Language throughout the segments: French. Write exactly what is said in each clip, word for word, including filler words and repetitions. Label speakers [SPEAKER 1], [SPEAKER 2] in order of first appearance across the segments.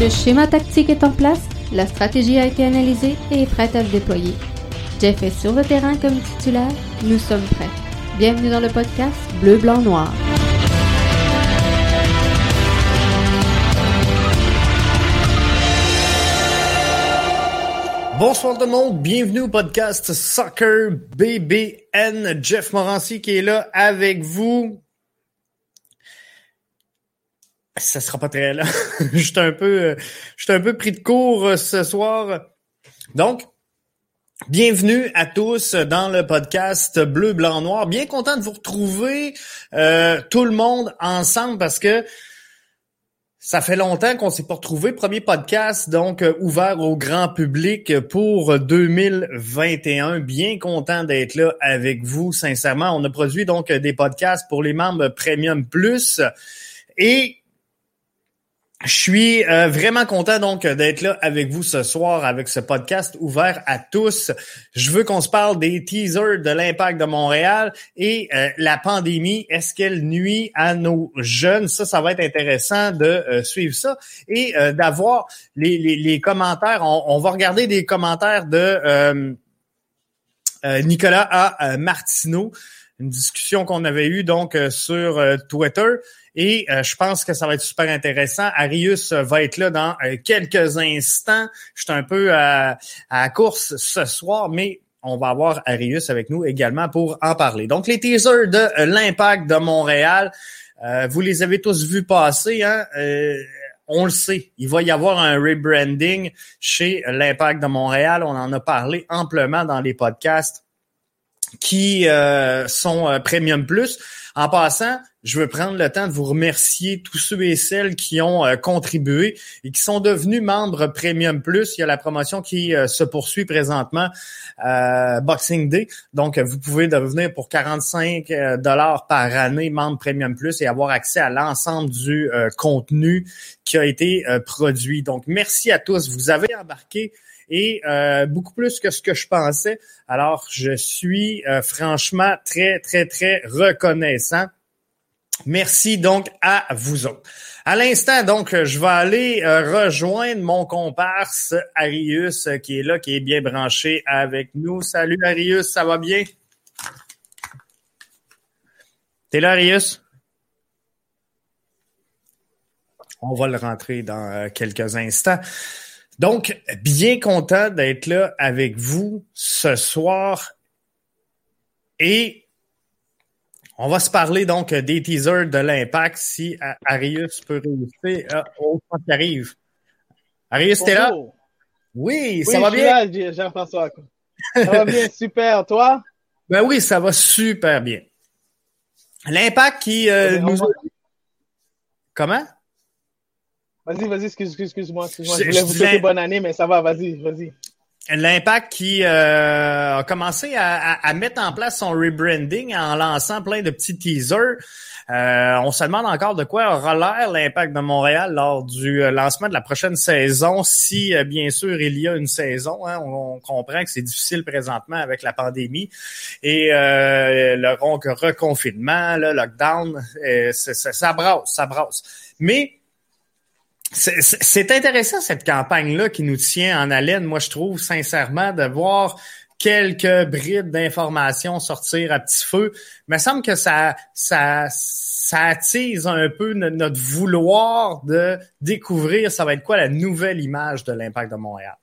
[SPEAKER 1] Le schéma tactique est en place, la stratégie a été analysée et est prête à se déployer. Jeff est sur le terrain comme titulaire, nous sommes prêts. Bienvenue dans le podcast Bleu, Blanc, Noir.
[SPEAKER 2] Bonsoir tout le monde, bienvenue au podcast Soccer B B N. Jeff Morancy qui est là avec vous. Ça sera pas très là. Je suis un peu, je suis un peu pris de court ce soir. Donc, bienvenue à tous dans le podcast Bleu, Blanc, Noir. Bien content de vous retrouver euh, tout le monde ensemble parce que ça fait longtemps qu'on s'est pas retrouvé. Premier podcast, donc, euh, ouvert au grand public pour deux mille vingt et un. Bien content d'être là avec vous, sincèrement. On a produit donc des podcasts pour les membres Premium Plus. Et je suis euh, vraiment content donc d'être là avec vous ce soir avec ce podcast ouvert à tous. Je veux qu'on se parle des teasers de l'Impact de Montréal et euh, la pandémie. Est-ce qu'elle nuit à nos jeunes? Ça, ça va être intéressant de euh, suivre ça et euh, d'avoir les, les, les commentaires. On, on va regarder des commentaires de euh, euh, Nicolas à euh, Martineau, une discussion qu'on avait eue donc euh, sur euh, Twitter. Et euh, je pense que ça va être super intéressant. Arius va être là dans euh, quelques instants. Je suis un peu à, à la course ce soir, mais on va avoir Arius avec nous également pour en parler. Donc, les teasers de euh, l'Impact de Montréal, euh, vous les avez tous vus passer, hein? Euh, on le sait, il va y avoir un rebranding chez l'Impact de Montréal. On en a parlé amplement dans les podcasts qui euh, sont euh, Premium Plus. En passant, je veux prendre le temps de vous remercier tous ceux et celles qui ont euh, contribué et qui sont devenus membres Premium Plus. Il y a la promotion qui euh, se poursuit présentement, euh, Boxing Day. Donc, vous pouvez devenir pour quarante-cinq dollars par année membre Premium Plus et avoir accès à l'ensemble du euh, contenu qui a été euh, produit. Donc, merci à tous. Vous avez embarqué et euh, beaucoup plus que ce que je pensais. Alors, je suis euh, franchement très, très, très reconnaissant. Merci donc à vous autres. À l'instant, donc, je vais aller euh, rejoindre mon comparse Arius euh, qui est là, qui est bien branché avec nous. Salut Arius, ça va bien? T'es là, Arius? On va le rentrer dans euh, quelques instants. Donc, bien content d'être là avec vous ce soir et on va se parler donc des teasers de l'Impact si Arius peut réussir euh, au temps qui arrive. Arius, t'es là? Oui, ça
[SPEAKER 3] oui,
[SPEAKER 2] va
[SPEAKER 3] je
[SPEAKER 2] bien?
[SPEAKER 3] Suis là, Jean-François. Ça va bien, super. Toi?
[SPEAKER 2] Ben oui, ça va super bien. L'Impact qui euh, nous a... Comment?
[SPEAKER 3] Vas-y, vas-y, excuse, excuse, excuse-moi. excuse-moi.
[SPEAKER 2] Je,
[SPEAKER 3] je voulais
[SPEAKER 2] je
[SPEAKER 3] vous
[SPEAKER 2] disais...
[SPEAKER 3] souhaiter bonne année, mais ça va, vas-y, vas-y.
[SPEAKER 2] L'Impact qui euh, a commencé à, à, à mettre en place son rebranding en lançant plein de petits teasers. Euh, on se demande encore de quoi aura l'air l'Impact de Montréal lors du lancement de la prochaine saison, si euh, bien sûr il y a une saison. Hein. On, on comprend que c'est difficile présentement avec la pandémie et euh, le reconfinement, le lockdown, euh, ça, ça, ça brasse, ça brasse. Mais C'est, c'est, c'est intéressant cette campagne-là qui nous tient en haleine, moi je trouve sincèrement, de voir quelques brides d'informations sortir à petit feu. Il me semble que ça, ça, ça attise un peu notre, notre vouloir de découvrir ça va être quoi la nouvelle image de l'Impact de Montréal.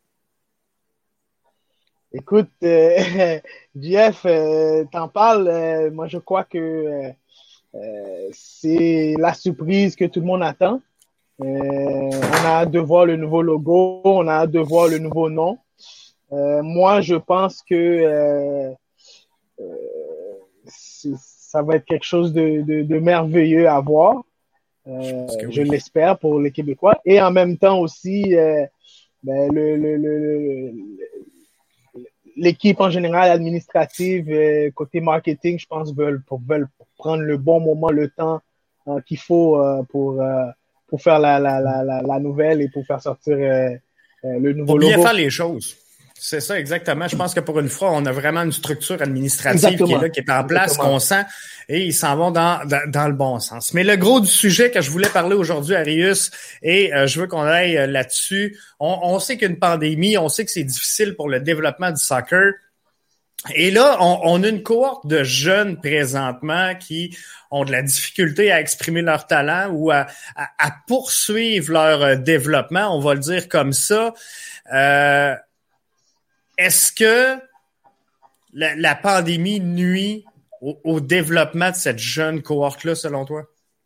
[SPEAKER 3] Écoute, euh, Jeff, euh, t'en parles, euh, moi je crois que euh, c'est la surprise que tout le monde attend. Euh, on a hâte de voir le nouveau logo, on a hâte de voir le nouveau nom. Euh, moi, je pense que euh, euh, ça va être quelque chose de, de, de merveilleux à voir. Euh, oui. Je l'espère pour les Québécois. Et en même temps aussi, euh, ben, le, le, le, le, l'équipe en général administrative, euh, côté marketing, je pense, veulent, pour, veulent prendre le bon moment, le temps euh, qu'il faut euh, pour... Euh, pour faire la, la, la, la, la nouvelle et pour faire sortir euh, euh, le nouveau
[SPEAKER 2] pour
[SPEAKER 3] logo.
[SPEAKER 2] Pour bien faire les choses. C'est ça, exactement. Je pense que pour une fois, on a vraiment une structure administrative
[SPEAKER 3] Exactement.
[SPEAKER 2] qui est là, qui est en place,
[SPEAKER 3] Exactement.
[SPEAKER 2] qu'on sent, et ils s'en vont dans, dans, dans le bon sens. Mais le gros du sujet que je voulais parler aujourd'hui, Arius, et euh, je veux qu'on aille euh, là-dessus, on, on sait qu'une pandémie, on sait que c'est difficile pour le développement du soccer. Et là, on, on a une cohorte de jeunes présentement qui ont de la difficulté à exprimer leur talent ou à, à, à poursuivre leur développement, on va le dire comme ça. Euh, Est-ce que la, la pandémie nuit au, au développement de cette jeune cohorte-là, selon toi?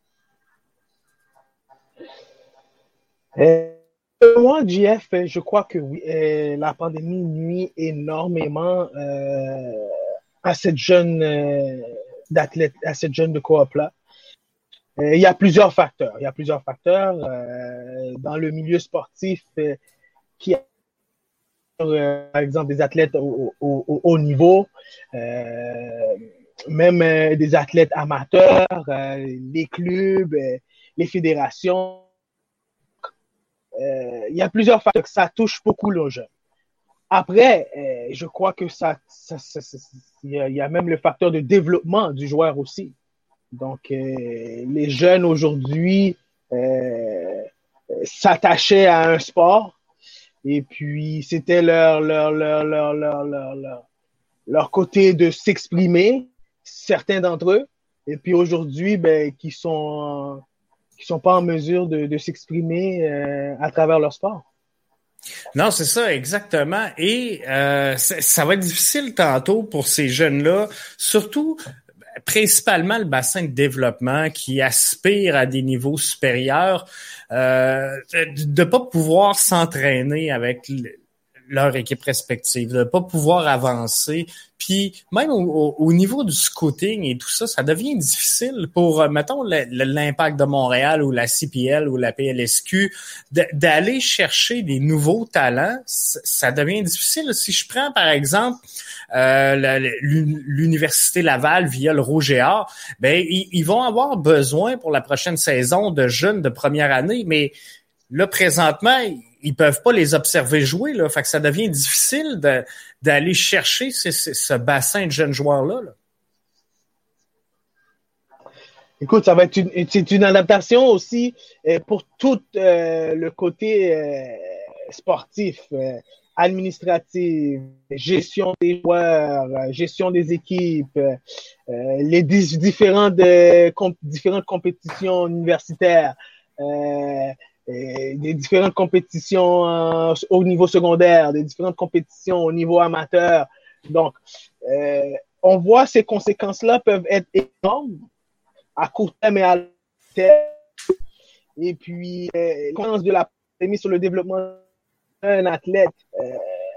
[SPEAKER 3] Euh, moi, J F, je crois que oui, euh, la pandémie nuit énormément euh, à cette jeune euh, d'athlète, à cette jeune de coop-là. Euh, il y a plusieurs facteurs. Il y a plusieurs facteurs euh, dans le milieu sportif euh, qui a Euh, par exemple, des athlètes au, au, au haut niveau, euh, même euh, des athlètes amateurs, euh, les clubs, euh, les fédérations. Euh, il y a plusieurs facteurs que ça touche beaucoup les jeunes. Après, euh, je crois que ça, ça, ça, ça il y a, il y a même le facteur de développement du joueur aussi. Donc, euh, les jeunes aujourd'hui euh, s'attachaient à un sport. Et puis, c'était leur, leur, leur, leur, leur, leur, leur, leur côté de s'exprimer, certains d'entre eux. Et puis aujourd'hui, ben, qui sont, qui sont pas en mesure de, de s'exprimer euh, à travers leur sport.
[SPEAKER 2] Non, c'est ça, exactement. Et euh, ça va être difficile tantôt pour ces jeunes-là, surtout principalement le bassin de développement qui aspire à des niveaux supérieurs, euh, de ne pas pouvoir s'entraîner avec le, leur équipe respective, de ne pas pouvoir avancer. Puis même au, au niveau du scouting et tout ça, ça devient difficile pour, mettons, le, le, l'Impact de Montréal ou la C P L ou la P L S Q, de, d'aller chercher des nouveaux talents. Ça, ça devient difficile. Si je prends, par exemple, euh, la, l'Université Laval via le Rouge et Or, ben ils, ils vont avoir besoin pour la prochaine saison de jeunes de première année, mais là, présentement, ils peuvent pas les observer jouer, là. Fait que ça devient difficile de, d'aller chercher ce, ce, ce bassin de jeunes joueurs-là, là.
[SPEAKER 3] Écoute, ça va être une, c'est une adaptation aussi euh, pour tout euh, le côté euh, sportif, euh, administratif, gestion des joueurs, gestion des équipes, euh, les dis- différentes, euh, comp- différentes compétitions universitaires, euh, des différentes compétitions euh, au niveau secondaire, des différentes compétitions au niveau amateur. Donc, euh, on voit ces conséquences-là peuvent être énormes à court terme et à long terme. Et puis, euh, les conséquences de la pandémie sur le développement d'un athlète euh,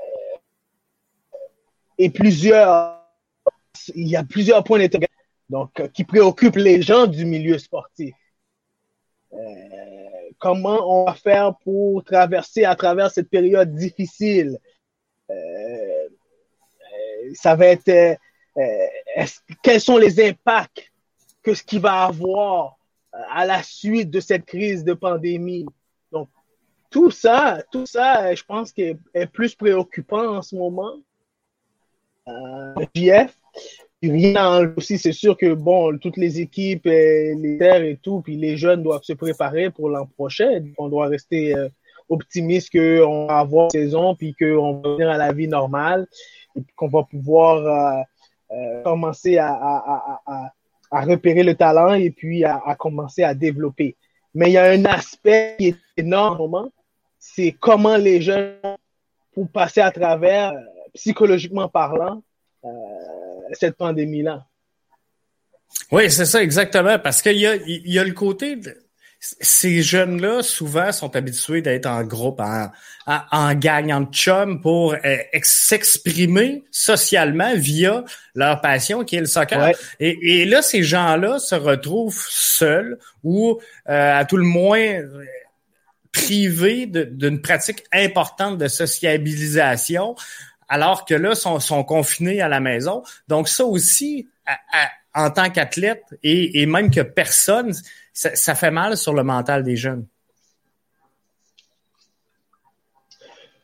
[SPEAKER 3] et plusieurs, il y a plusieurs points d'interrogation donc, euh, qui préoccupent les gens du milieu sportif. Euh, comment on va faire pour traverser à travers cette période difficile? Euh, euh, ça va être euh, est-ce, quels sont les impacts que ce qu'il va avoir à la suite de cette crise de pandémie? Donc, tout ça, tout ça, je pense qu'il est plus préoccupant en ce moment. Euh, J F, rien aussi, c'est sûr que bon, toutes les équipes, les terres et tout, puis les jeunes doivent se préparer pour l'an prochain. On doit rester euh, optimiste qu'on va avoir une saison, puis qu'on va revenir à la vie normale, et puis qu'on va pouvoir euh, euh, commencer à, à, à, à, à repérer le talent et puis à, à commencer à développer. Mais il y a un aspect qui est énorme, c'est comment les jeunes, pour passer à travers, euh, psychologiquement parlant, euh, cette pandémie-là.
[SPEAKER 2] Oui, c'est ça, exactement. Parce qu'il y a, il y a le côté de, ces jeunes-là, souvent, sont habitués d'être en groupe, en, en, en gang, en chum, pour euh, s'exprimer socialement via leur passion qui est le soccer. Ouais. Et, et là, ces gens-là se retrouvent seuls ou, euh, à tout le moins, privés de, d'une pratique importante de sociabilisation, alors que là, sont, sont confinés à la maison. Donc ça aussi, à, à, en tant qu'athlète et, et même que personne, ça, ça fait mal sur le mental des jeunes.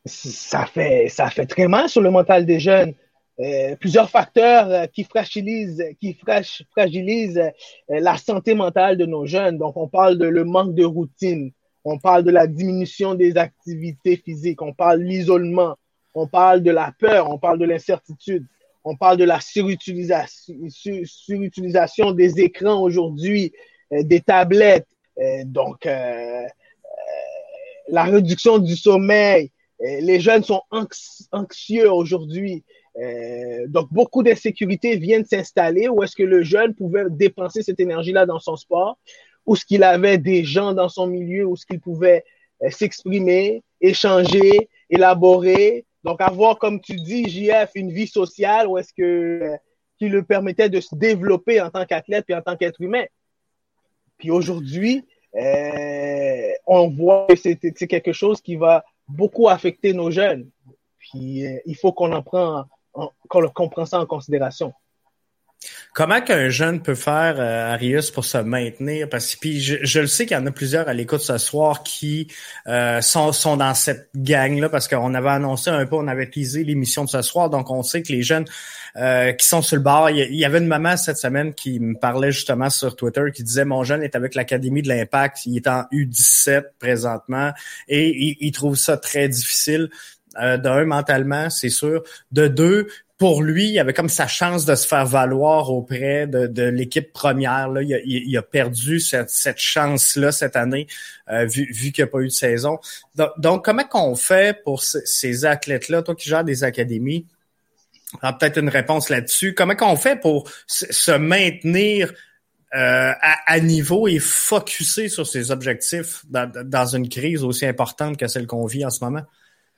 [SPEAKER 3] ça fait, ça fait très mal sur le mental des jeunes. Euh, plusieurs facteurs euh, qui fragilisent, qui frag- fragilisent euh, la santé mentale de nos jeunes. Donc, on parle de le manque de routine, on parle de la diminution des activités physiques, on parle de l'isolement, on parle de la peur, on parle de l'incertitude, on parle de la surutilisation, sur, surutilisation des écrans aujourd'hui, euh, des tablettes. Euh, donc, euh, euh, la réduction du sommeil. Euh, les jeunes sont anx- anxieux aujourd'hui. Euh, donc, beaucoup d'insécurités viennent s'installer où est-ce que le jeune pouvait dépenser cette énergie-là dans son sport, où est-ce qu'il avait des gens dans son milieu, où est-ce qu'il pouvait euh, s'exprimer, échanger, élaborer. Donc, avoir, comme tu dis, J F, une vie sociale où est-ce que euh, qui le permettait de se développer en tant qu'athlète et en tant qu'être humain. Puis aujourd'hui, euh, on voit que c'est, c'est quelque chose qui va beaucoup affecter nos jeunes. Puis euh, il faut qu'on en prend En, qu'on prend ça en considération.
[SPEAKER 2] Comment qu'un jeune peut faire, euh, Arius, pour se maintenir? Parce que puis je, je le sais qu'il y en a plusieurs à l'écoute ce soir qui euh, sont, sont dans cette gang-là, parce qu'on avait annoncé un peu, on avait teasé l'émission de ce soir, donc on sait que les jeunes euh, qui sont sur le bord, il y, il y avait une maman cette semaine qui me parlait justement sur Twitter, qui disait « Mon jeune est avec l'Académie de l'Impact, il est en U dix-sept présentement, et il, il trouve ça très difficile. » Euh, d'un, mentalement, c'est sûr. De deux, pour lui, il avait comme sa chance de se faire valoir auprès de, de l'équipe première. Là. Il, a, il a perdu cette, cette chance-là cette année, euh, vu, vu qu'il n'y a pas eu de saison. Donc, donc comment qu'on fait pour c- ces athlètes-là, toi qui gères des académies, ah, peut-être une réponse là-dessus. Comment qu'on fait pour s- se maintenir euh, à, à niveau et focusser sur ses objectifs dans, dans une crise aussi importante que celle qu'on vit en ce moment?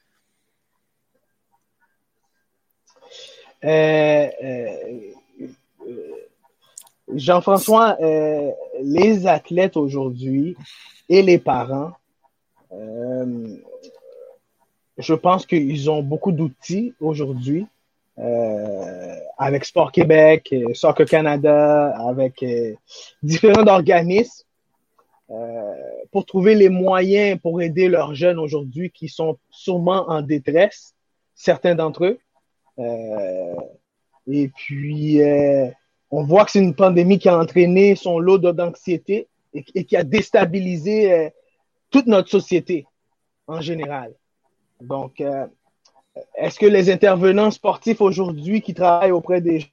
[SPEAKER 3] Euh, euh, Jean-François, euh, les athlètes aujourd'hui et les parents, euh, je pense qu'ils ont beaucoup d'outils aujourd'hui euh, avec Sport Québec, Soccer Canada, avec euh, différents organismes euh, pour trouver les moyens pour aider leurs jeunes aujourd'hui qui sont sûrement en détresse, certains d'entre eux. Euh, et puis, euh, on voit que c'est une pandémie qui a entraîné son lot d'anxiété et, et qui a déstabilisé euh, toute notre société en général. Donc, euh, est-ce que les intervenants sportifs aujourd'hui qui travaillent auprès des gens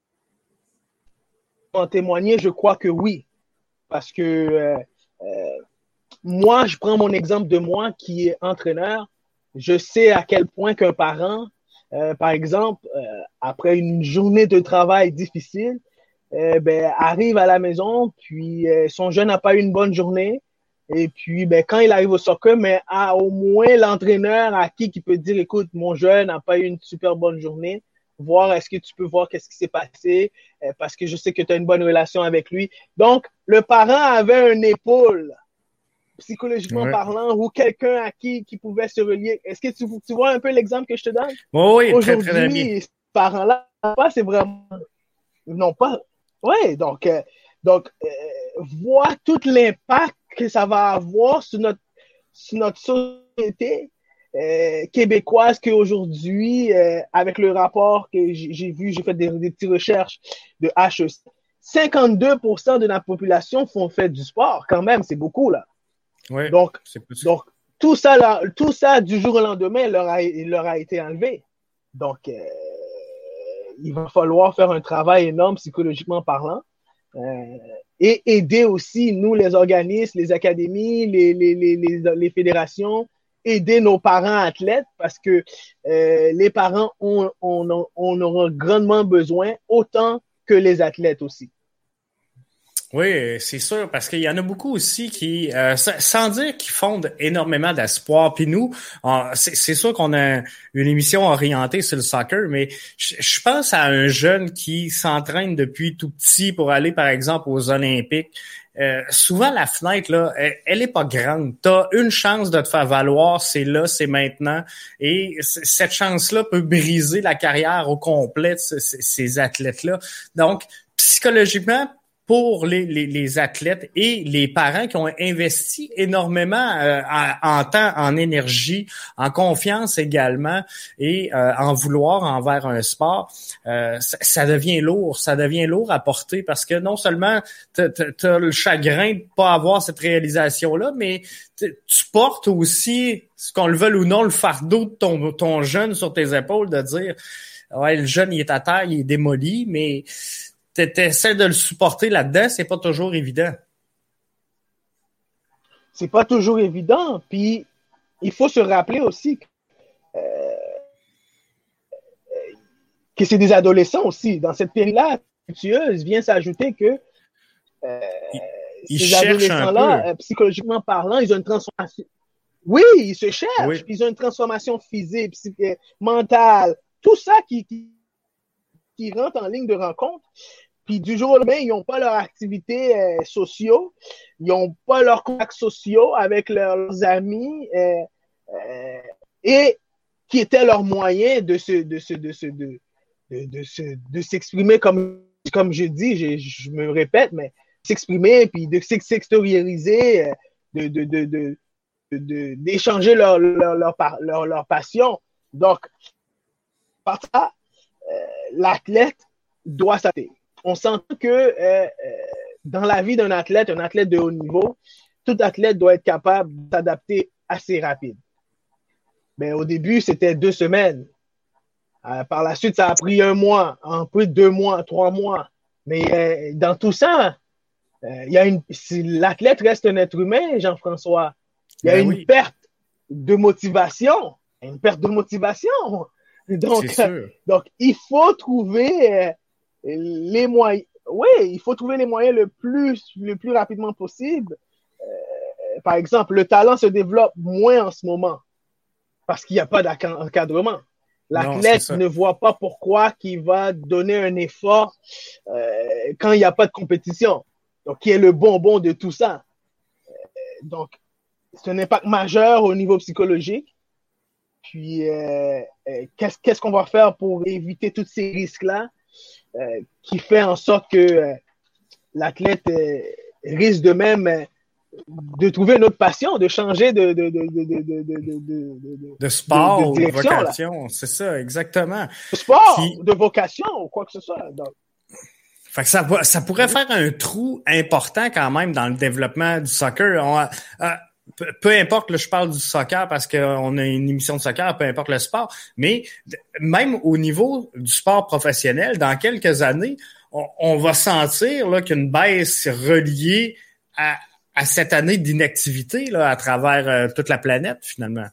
[SPEAKER 3] en témoigner? Je crois que oui. Parce que euh, euh, moi, je prends mon exemple de moi qui est entraîneur. Je sais à quel point qu'un parent Euh, par exemple, euh, après une journée de travail difficile, euh, ben, arrive à la maison, puis euh, son jeune n'a pas eu une bonne journée. Et puis, ben, quand il arrive au soccer, mais à au moins l'entraîneur à qui qui peut dire, écoute, mon jeune n'a pas eu une super bonne journée, voir est-ce que tu peux voir qu'est-ce qui s'est passé, euh, parce que je sais que tu as une bonne relation avec lui. Donc, le parent avait une épaule psychologiquement ouais. parlant, ou quelqu'un à qui, qui pouvait se relier. Est-ce que tu, tu vois un peu l'exemple que je te donne?
[SPEAKER 2] Oh oui,
[SPEAKER 3] aujourd'hui,
[SPEAKER 2] très, très bien.
[SPEAKER 3] Ces parents-là, c'est vraiment... Non, pas... Oui, donc, euh, donc euh, vois tout l'impact que ça va avoir sur notre, sur notre société euh, québécoise qu'aujourd'hui, euh, avec le rapport que j'ai, j'ai vu, j'ai fait des, des petites recherches de H E C, cinquante-deux pour cent de la population font fait du sport, quand même, c'est beaucoup, là.
[SPEAKER 2] Ouais,
[SPEAKER 3] donc, donc tout ça, là, tout ça du jour au lendemain leur a, leur a été enlevé. Donc, euh, il va falloir faire un travail énorme psychologiquement parlant euh, et aider aussi, nous, les organismes, les académies, les, les, les, les, les fédérations, aider nos parents athlètes parce que euh, les parents ont, on, on aura grandement besoin, autant que les athlètes aussi.
[SPEAKER 2] Oui, c'est sûr, parce qu'il y en a beaucoup aussi qui, euh, sans dire qu'ils fondent énormément d'espoir. Puis nous, on, c'est, c'est sûr qu'on a une émission orientée sur le soccer, mais je, je pense à un jeune qui s'entraîne depuis tout petit pour aller, par exemple, aux Olympiques. Euh, souvent, la fenêtre, là, elle, elle est pas grande. T'as une chance de te faire valoir, c'est là, c'est maintenant. Et c- cette chance-là peut briser la carrière au complet de c- c- ces athlètes-là. Donc, psychologiquement, pour les, les, les athlètes et les parents qui ont investi énormément euh, en, en temps, en énergie, en confiance également et euh, en vouloir envers un sport. Euh, ça, ça devient lourd, ça devient lourd à porter parce que non seulement tu as le chagrin de pas avoir cette réalisation-là, mais tu portes aussi, ce qu'on le veuille ou non, le fardeau de ton, ton jeune sur tes épaules de dire ouais, le jeune il est à terre, il est démoli, mais t'essaies de le supporter là-dedans, c'est pas toujours évident.
[SPEAKER 3] C'est pas toujours évident. Puis, il faut se rappeler aussi que, euh, que c'est des adolescents aussi. Dans cette période-là, affectueuse, vient s'ajouter que euh,
[SPEAKER 2] ils
[SPEAKER 3] ces
[SPEAKER 2] adolescents-là,
[SPEAKER 3] euh, psychologiquement parlant, ils ont une transformation. Oui, ils se cherchent. Oui. Ils ont une transformation physique, psychique, mentale. Tout ça qui, qui, qui rentre en ligne de rencontre. Puis du jour au lendemain, ils n'ont pas leurs activités euh, sociaux, ils n'ont pas leurs contacts sociaux avec leurs amis euh, euh, et qui étaient leurs moyens de se de se de se de de, de, se, de s'exprimer comme comme je dis, je, je me répète, mais s'exprimer puis de s'extérioriser, de de de de, de, de d'échanger leur leur leur, leur leur passion. Donc par ça, euh, l'athlète doit s'adapter. On sent que euh, euh, dans la vie d'un athlète, un athlète de haut niveau, tout athlète doit être capable de s'adapter assez rapide. Mais au début, c'était deux semaines. Euh, par la suite, ça a pris un mois, un peu deux mois, trois mois. Mais euh, dans tout ça, euh, il y a une, si l'athlète reste un être humain, Jean-François, il y a ben une oui. perte de motivation. Une perte de motivation. Donc, euh, donc il faut trouver... Euh, les moyens, oui, il faut trouver les moyens le plus, le plus rapidement possible. Euh, par exemple, le talent se développe moins en ce moment parce qu'il n'y a pas d'encadrement. L'athlète ne voit pas pourquoi il va donner un effort euh, quand il n'y a pas de compétition. Donc, qui est le bonbon de tout ça. Euh, donc, c'est un impact majeur au niveau psychologique. Puis, euh, euh, qu'est-ce, qu'est-ce qu'on va faire pour éviter tous ces risques-là? Euh, qui fait en sorte que euh, l'athlète euh, risque de même euh, de trouver une autre passion, de changer de de de de de de de, de,
[SPEAKER 2] de sport de, de ou de vocation, là. C'est ça, exactement.
[SPEAKER 3] De sport, Puis, de vocation ou quoi que ce soit. Donc.
[SPEAKER 2] Fait que ça, ça pourrait faire un trou important quand même dans le développement du soccer. On a, euh, Peu, peu importe, là, je parle du soccer parce qu'on a une émission de soccer, peu importe le sport, mais même au niveau du sport professionnel, dans quelques années, on, on va sentir là, qu'une baisse reliée à, à cette année d'inactivité là, à travers euh, toute la planète, finalement.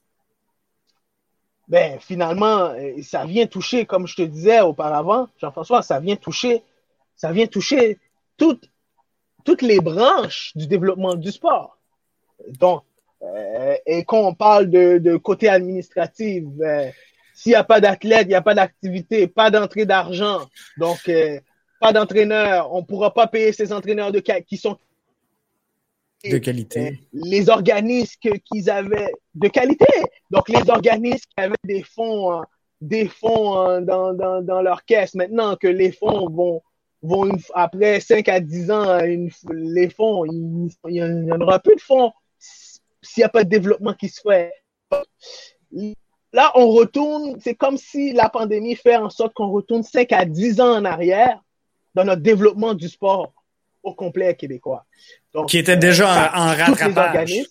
[SPEAKER 3] Ben, finalement, ça vient toucher, comme je te disais auparavant, Jean-François, ça vient toucher, ça vient toucher toutes, toutes les branches du développement du sport. Donc, euh, et quand on parle de, de côté administratif, euh, s'il n'y a pas d'athlète, il n'y a pas d'activité, pas d'entrée d'argent, donc euh, pas d'entraîneur, on ne pourra pas payer ces entraîneurs de qui sont
[SPEAKER 2] de qualité.
[SPEAKER 3] Euh, les organismes que, qu'ils avaient de qualité, donc les organismes qui avaient des fonds, euh, des fonds euh, dans, dans, dans leur caisse, maintenant que les fonds vont vont une, après cinq à dix ans, une, les fonds, il n'y en aura plus de fonds s'il n'y a pas de développement qui se fait. Là, on retourne, c'est comme si la pandémie fait en sorte qu'on retourne cinq à dix ans en arrière dans notre développement du sport au complet québécois. Donc,
[SPEAKER 2] qui était déjà euh, en, en rattrapage.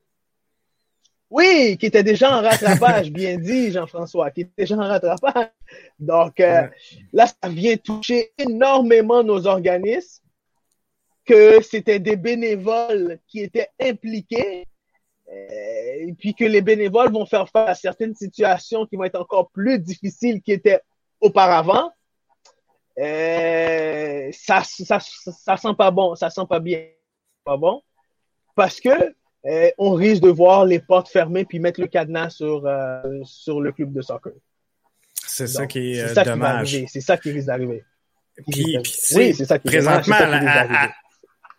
[SPEAKER 3] Oui, qui était déjà en rattrapage, bien dit, Jean-François, qui était déjà en rattrapage. Donc, euh, ouais. là, ça vient toucher énormément nos organismes, que c'était des bénévoles qui étaient impliqués, euh, et puis que les bénévoles vont faire face à certaines situations qui vont être encore plus difficiles qu'ils étaient auparavant. Euh, ça, ça, ça, ça sent pas bon, ça sent pas bien, pas bon, parce que euh, on risque de voir les portes fermées puis mettre le cadenas sur euh, sur le club de soccer.
[SPEAKER 2] C'est Donc, ça qui est,
[SPEAKER 3] c'est ça
[SPEAKER 2] dommage.
[SPEAKER 3] Qui c'est ça qui risque d'arriver.
[SPEAKER 2] Puis, puis
[SPEAKER 3] oui, c'est ça qui
[SPEAKER 2] présentement,
[SPEAKER 3] est dommage, c'est ça qui risque d'arriver.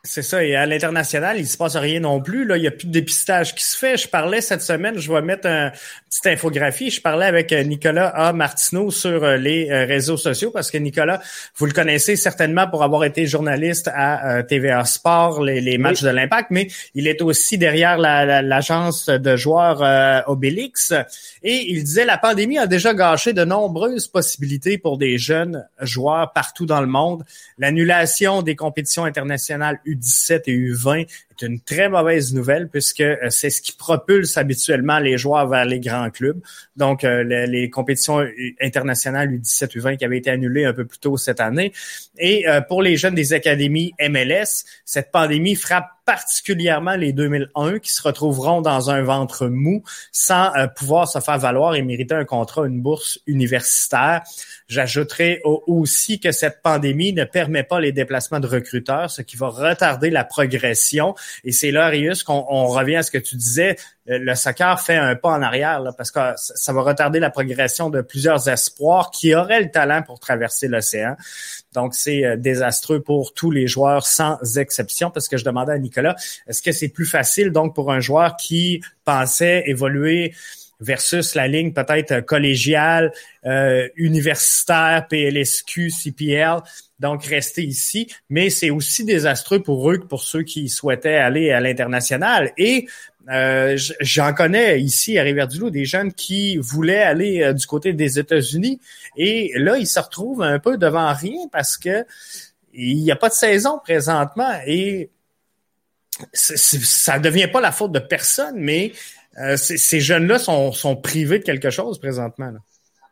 [SPEAKER 2] C'est ça. Et à l'international, il se passe rien non plus. Là, il y a plus de dépistage qui se fait. Je parlais cette semaine, je vais mettre une petite infographie. Je parlais avec Nicolas A. Martineau sur les réseaux sociaux parce que Nicolas, vous le connaissez certainement pour avoir été journaliste à T V A Sport, les, les matchs oui. de l'Impact, mais il est aussi derrière la, la, l'agence de joueurs euh, Obélix. Et il disait la pandémie a déjà gâché de nombreuses possibilités pour des jeunes joueurs partout dans le monde. L'annulation des compétitions internationales U dix-sept et U vingt est une très mauvaise nouvelle puisque c'est ce qui propulse habituellement les joueurs vers les grands clubs. Donc, euh, les, les compétitions internationales U dix-sept, U vingt qui avaient été annulées un peu plus tôt cette année. Et euh, pour les jeunes des académies M L S, cette pandémie frappe particulièrement les deux mille un qui se retrouveront dans un ventre mou sans euh, pouvoir se faire valoir et mériter un contrat, une bourse universitaire. J'ajouterai aussi que cette pandémie ne permet pas les déplacements de recruteurs, ce qui va retarder la progression. Et c'est là, Arius, qu'on on revient à ce que tu disais. Le soccer fait un pas en arrière là, parce que ça va retarder la progression de plusieurs espoirs qui auraient le talent pour traverser l'océan. Donc, c'est désastreux pour tous les joueurs sans exception parce que je demandais à Nicolas, est-ce que c'est plus facile donc pour un joueur qui pensait évoluer versus la ligne peut-être collégiale, euh, universitaire, P L S Q, C P L, donc rester ici, mais c'est aussi désastreux pour eux que pour ceux qui souhaitaient aller à l'international. Et euh, j'en connais ici à Rivière-du-Loup des jeunes qui voulaient aller euh, du côté des États-Unis et là, ils se retrouvent un peu devant rien parce que il n'y a pas de saison présentement et c'est, c'est, ça ne devient pas la faute de personne, mais Euh, c- ces jeunes-là sont, sont privés de quelque chose présentement. Là.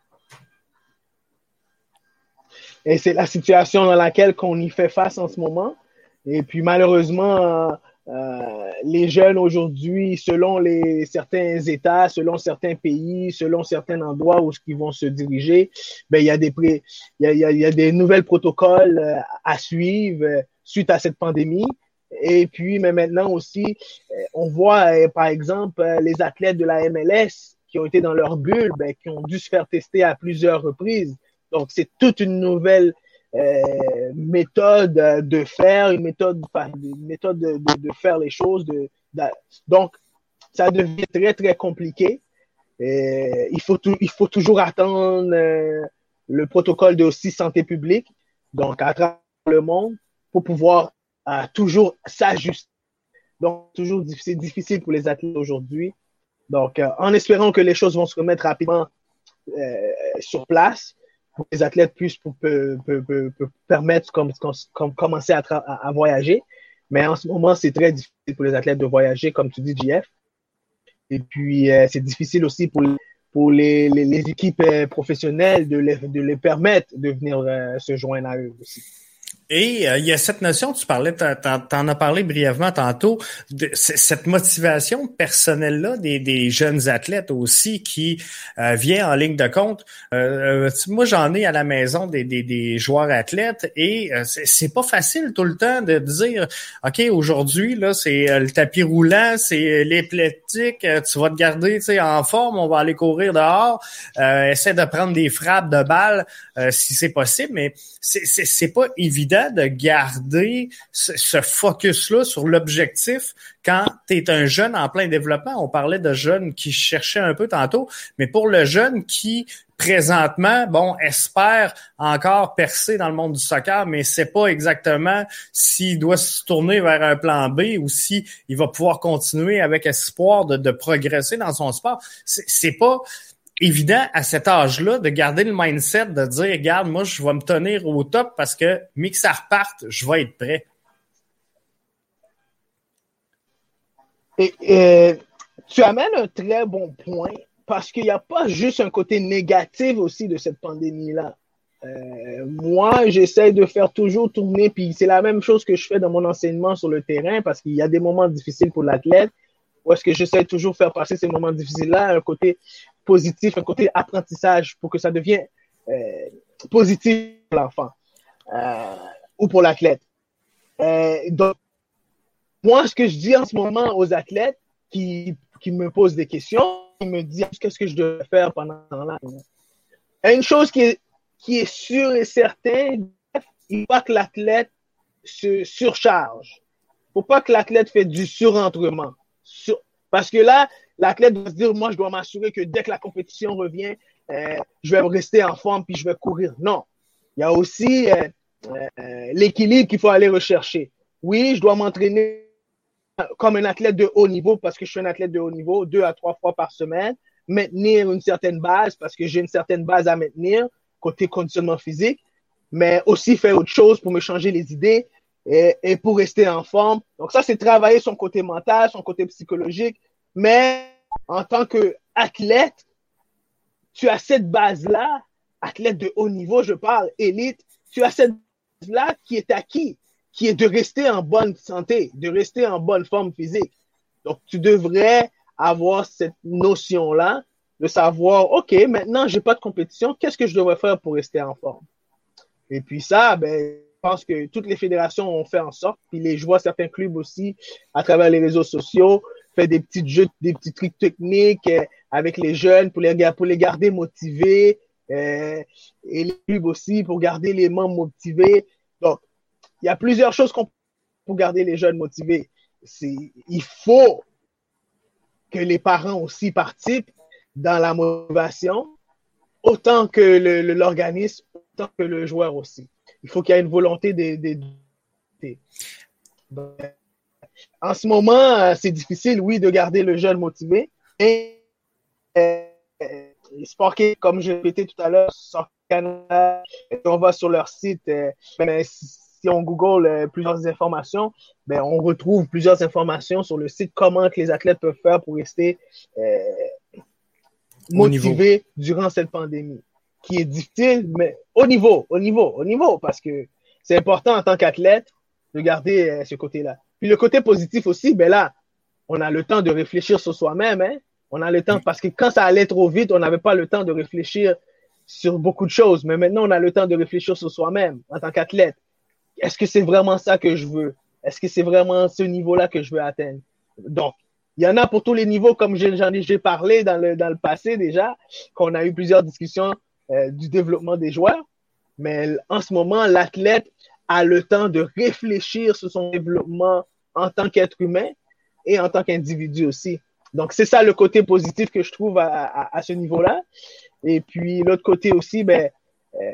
[SPEAKER 3] Et c'est la situation dans laquelle on y fait face en ce moment. Et puis malheureusement, euh, les jeunes aujourd'hui, selon les certains États, selon certains pays, selon certains endroits où ils vont se diriger, ben il y a des pré- il y a, il y a, il y a des nouvelles protocoles euh, à suivre euh, suite à cette pandémie. Et puis, mais maintenant aussi, on voit, par exemple, les athlètes de la M L S qui ont été dans leur bulle, ben, qui ont dû se faire tester à plusieurs reprises. Donc, c'est toute une nouvelle euh, méthode de faire, une méthode, une méthode de, de, de faire les choses. De, de, donc, ça devient très, très compliqué. Et il faut, tout, il faut toujours attendre euh, le protocole de aussi santé publique, donc à travers le monde, pour pouvoir à toujours s'ajuster. Donc, toujours c'est difficile pour les athlètes aujourd'hui. Donc, euh, en espérant que les choses vont se remettre rapidement euh, sur place, pour que les athlètes puissent pour, peut, peut, peut, peut permettre comme, comme, comme commencer à, tra- à, à voyager. Mais en ce moment, c'est très difficile pour les athlètes de voyager, comme tu dis, J F. Et puis, euh, c'est difficile aussi pour, pour les, les, les équipes euh, professionnelles de les, de les permettre de venir euh, se joindre à eux aussi.
[SPEAKER 2] Et euh, il y a cette notion, tu parlais, t'en, t'en as parlé brièvement tantôt, de c- cette motivation personnelle-là des, des jeunes athlètes aussi qui euh, vient en ligne de compte. Euh, moi, j'en ai à la maison des, des, des joueurs athlètes et euh, c'est, c'est pas facile tout le temps de dire, OK, aujourd'hui, là, c'est euh, le tapis roulant, c'est l'épileptique, euh, tu vas te garder tu sais, en forme, on va aller courir dehors, euh, essaie de prendre des frappes de balles euh, si c'est possible, mais c'est, c'est, c'est pas évident de garder ce, ce focus-là sur l'objectif quand tu es un jeune en plein développement. On parlait de jeunes qui cherchaient un peu tantôt, mais pour le jeune qui, présentement, bon, espère encore percer dans le monde du soccer, mais sait pas exactement s'il doit se tourner vers un plan B ou si il va pouvoir continuer avec espoir de, de progresser dans son sport. C'est, c'est pas évident à cet âge-là de garder le mindset de dire, regarde, moi, je vais me tenir au top parce que, mais que ça reparte, je vais être prêt.
[SPEAKER 3] Et, et tu amènes un très bon point parce qu'il n'y a pas juste un côté négatif aussi de cette pandémie-là. Euh, moi, j'essaie de faire toujours tourner, puis c'est la même chose que je fais dans mon enseignement sur le terrain parce qu'il y a des moments difficiles pour l'athlète où est-ce que j'essaie toujours de faire passer ces moments difficiles-là, un côté positif, un côté apprentissage pour que ça devienne euh, positif pour l'enfant euh, ou pour l'athlète. Euh, donc, moi, ce que je dis en ce moment aux athlètes qui, qui me posent des questions, ils me disent qu'est-ce que je devrais faire pendant ce temps-là. Une chose qui est, qui est sûre et certaine, il faut pas que l'athlète se surcharge. faut pas que l'athlète fait du surentraînement. Sur... Parce que là, l'athlète doit se dire, moi, je dois m'assurer que dès que la compétition revient, euh, je vais rester en forme puis je vais courir. Non. Il y a aussi euh, euh, l'équilibre qu'il faut aller rechercher. Oui, je dois m'entraîner comme un athlète de haut niveau parce que je suis un athlète de haut niveau deux à trois fois par semaine, maintenir une certaine base parce que j'ai une certaine base à maintenir côté conditionnement physique, mais aussi faire autre chose pour me changer les idées et, et pour rester en forme. Donc ça, c'est travailler son côté mental, son côté psychologique, mais en tant qu'athlète, tu as cette base-là, athlète de haut niveau, je parle, élite, tu as cette base-là qui est acquis, qui est de rester en bonne santé, de rester en bonne forme physique. Donc, tu devrais avoir cette notion-là de savoir, OK, maintenant, j'ai pas de compétition, qu'est-ce que je devrais faire pour rester en forme? Et puis ça, ben, je pense que toutes les fédérations ont fait en sorte, puis les, je vois certains clubs aussi, à travers les réseaux sociaux, fait des petits jeux, des petits trucs techniques euh, avec les jeunes pour les, pour les garder motivés, euh, et les clubs aussi pour garder les membres motivés. Donc, il y a plusieurs choses qu'on peut pour garder les jeunes motivés. C'est, il faut que les parents aussi participent dans la motivation, autant que le, le, l'organisme, autant que le joueur aussi. Il faut qu'il y ait une volonté de, de, de, de... En ce moment, c'est difficile, oui, de garder le jeune motivé. Et euh, Sport Québec, comme je l'ai répété tout à l'heure, Soccer Canada, on va sur leur site, euh, ben, si, si on google euh, plusieurs informations, ben, on retrouve plusieurs informations sur le site comment que les athlètes peuvent faire pour rester euh, motivés durant cette pandémie, qui est difficile, mais au niveau, au niveau, au niveau, parce que c'est important en tant qu'athlète de garder euh, ce côté-là. Puis le côté positif aussi, ben là, on a le temps de réfléchir sur soi-même, hein. On a le temps, parce que quand ça allait trop vite, on n'avait pas le temps de réfléchir sur beaucoup de choses. Mais maintenant, on a le temps de réfléchir sur soi-même en tant qu'athlète. Est-ce que c'est vraiment ça que je veux? Est-ce que c'est vraiment ce niveau-là que je veux atteindre? Donc, il y en a pour tous les niveaux, comme j'en ai, j'ai parlé dans le, dans le passé déjà, qu'on a eu plusieurs discussions euh, du développement des joueurs. Mais en ce moment, l'athlète a le temps de réfléchir sur son développement en tant qu'être humain et en tant qu'individu aussi. Donc, c'est ça le côté positif que je trouve à, à, à ce niveau-là. Et puis, l'autre côté aussi, ben, euh,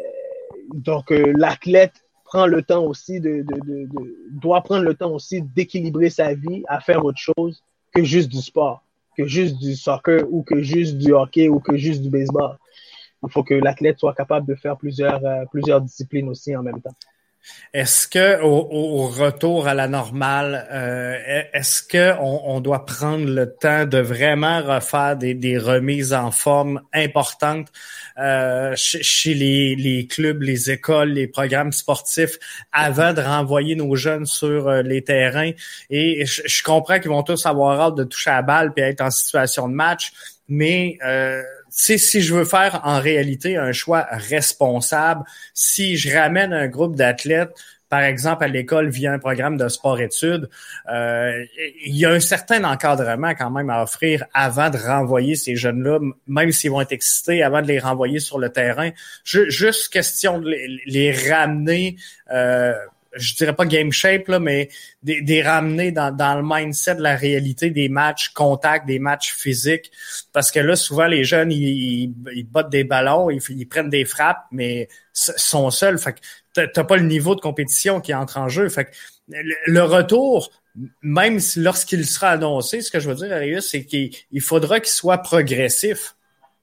[SPEAKER 3] donc, euh, l'athlète prend le temps aussi de, de, de, de, doit prendre le temps aussi d'équilibrer sa vie à faire autre chose que juste du sport, que juste du soccer ou que juste du hockey ou que juste du baseball. Il faut que l'athlète soit capable de faire plusieurs, euh, plusieurs disciplines aussi en même temps.
[SPEAKER 2] Est-ce que au, au retour à la normale, euh, est-ce que on, on doit prendre le temps de vraiment refaire des, des remises en forme importantes euh, chez, chez les, les clubs, les écoles, les programmes sportifs avant de renvoyer nos jeunes sur euh, les terrains? Et je, je comprends qu'ils vont tous avoir hâte de toucher à la balle puis être en situation de match, mais euh, tu sais, si je veux faire en réalité un choix responsable, si je ramène un groupe d'athlètes, par exemple à l'école via un programme de sport-études, euh, il y a un certain encadrement quand même à offrir avant de renvoyer ces jeunes-là, même s'ils vont être excités, avant de les renvoyer sur le terrain. Je, juste question de les, les ramener, euh, je dirais pas game shape, là, mais des, des ramener dans, dans le mindset de la réalité des matchs contact, des matchs physiques. Parce que là, souvent, les jeunes, ils, ils, ils battent des ballons, ils, ils prennent des frappes, mais sont seuls. Fait que t'as, t'as pas le niveau de compétition qui entre en jeu. Fait que le, le retour, même lorsqu'il sera annoncé, ce que je veux dire, Arius, c'est qu'il il faudra qu'il soit progressif.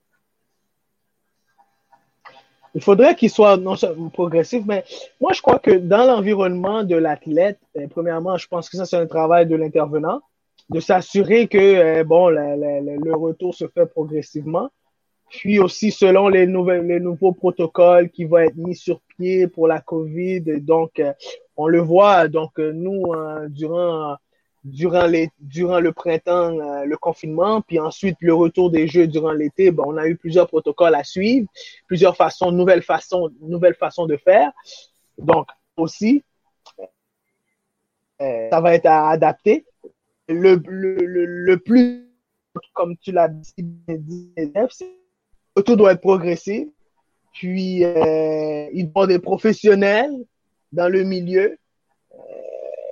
[SPEAKER 3] Il faudrait qu'il soit non seulement progressif, mais moi, je crois que dans l'environnement de l'athlète, euh, premièrement, je pense que ça, c'est un travail de l'intervenant, de s'assurer que, euh, bon, la, la, la, le retour se fait progressivement. Puis aussi, selon les, nouvelles, les nouveaux protocoles qui vont être mis sur pied pour la COVID. Donc, euh, on le voit, donc, euh, nous, euh, durant... Durant, les, durant le printemps, euh, le confinement, puis ensuite le retour des Jeux durant l'été, ben, on a eu plusieurs protocoles à suivre, plusieurs façons, nouvelles façons, nouvelles façons de faire. Donc, aussi, euh, ça va être à adapter. Le, le, le, le plus, comme tu l'as dit, c'est que tout doit être progressif. Puis, euh, il doit y avoir des professionnels dans le milieu.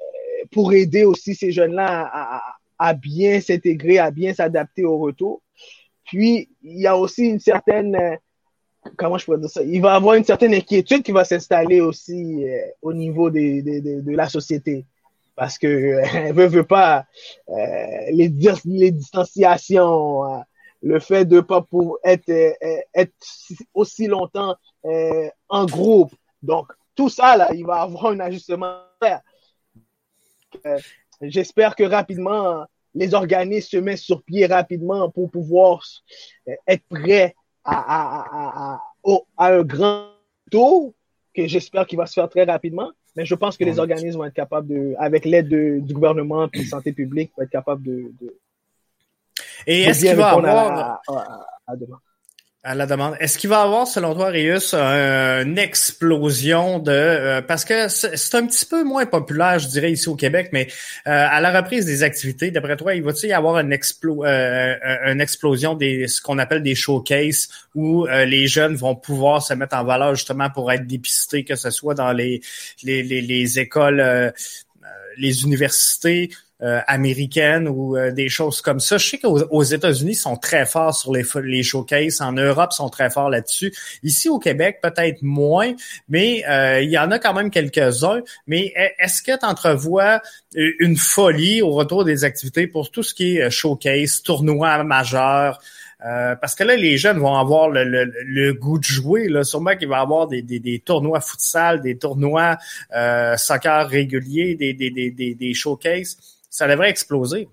[SPEAKER 3] pour aider aussi ces jeunes-là à, à, à bien s'intégrer, à bien s'adapter au retour. Puis, il y a aussi une certaine, euh, comment je pourrais dire ça, il va y avoir une certaine inquiétude qui va s'installer aussi euh, au niveau des, des, des, de la société. Parce que, euh, veut, veut pas, euh, les, les distanciations, euh, le fait de pas pouvoir être, euh, être aussi longtemps euh, en groupe. Donc, tout ça, là, il va y avoir un ajustement à faire. Euh, j'espère que rapidement, les organismes se mettent sur pied rapidement pour pouvoir être prêts à, à, à, à, à un grand tour que j'espère qu'il va se faire très rapidement. Mais je pense que les organismes vont être capables de, avec l'aide de, du gouvernement et de santé publique, vont être capables de, de,
[SPEAKER 2] et
[SPEAKER 3] de
[SPEAKER 2] est-ce qu'il va avoir
[SPEAKER 3] à, à, à, à demain.
[SPEAKER 2] À la demande. Est-ce qu'il va y avoir, selon toi, Rius, une explosion de... Euh, parce que c'est un petit peu moins populaire, je dirais, ici au Québec, mais euh, à la reprise des activités, d'après toi, il va-t-il y avoir une, explo, euh, une explosion des ce qu'on appelle des showcases où euh, les jeunes vont pouvoir se mettre en valeur justement pour être dépistés, que ce soit dans les les, les, les écoles, euh, les universités, Euh, américaines ou euh, des choses comme ça. Je sais qu'aux aux États-Unis, ils sont très forts sur les, les showcases. En Europe, ils sont très forts là-dessus. Ici, au Québec, peut-être moins, mais euh, il y en a quand même quelques-uns. Mais est-ce que tu entrevois une folie au retour des activités pour tout ce qui est showcase, tournoi majeur? Euh, parce que là, les jeunes vont avoir le, le, le goût de jouer. Là. Sûrement qu'il va y avoir des, des, des tournois futsal, des tournois euh, soccer réguliers, des, des, des, des, des showcases. Ça devrait exploser.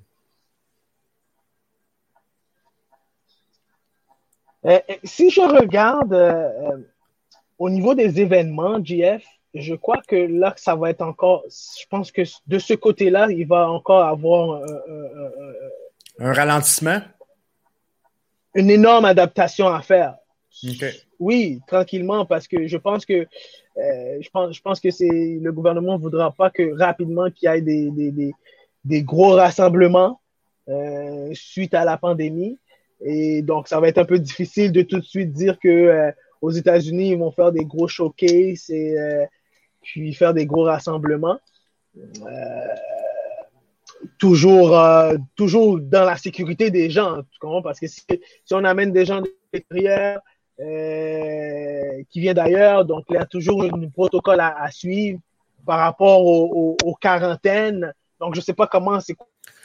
[SPEAKER 3] Euh, si je regarde euh, au niveau des événements, J F, je crois que là, ça va être encore... Je pense que de ce côté-là, il va encore avoir... Euh, euh, euh,
[SPEAKER 2] un ralentissement?
[SPEAKER 3] Une énorme adaptation à faire.
[SPEAKER 2] Okay.
[SPEAKER 3] Oui, tranquillement, parce que je pense que euh, je pense, je pense que c'est le gouvernement ne voudra pas que rapidement qu'il y ait des, des, des des gros rassemblements euh, suite à la pandémie. Et donc, ça va être un peu difficile de tout de suite dire que euh, aux États-Unis, ils vont faire des gros showcases et euh, puis faire des gros rassemblements. Euh, toujours, euh, toujours dans la sécurité des gens, tu comprends? Parce que si, si on amène des gens de l'extérieur euh, qui viennent d'ailleurs, donc il y a toujours un protocole à, à suivre par rapport aux, aux, aux quarantaines. Donc, je ne sais pas comment c'est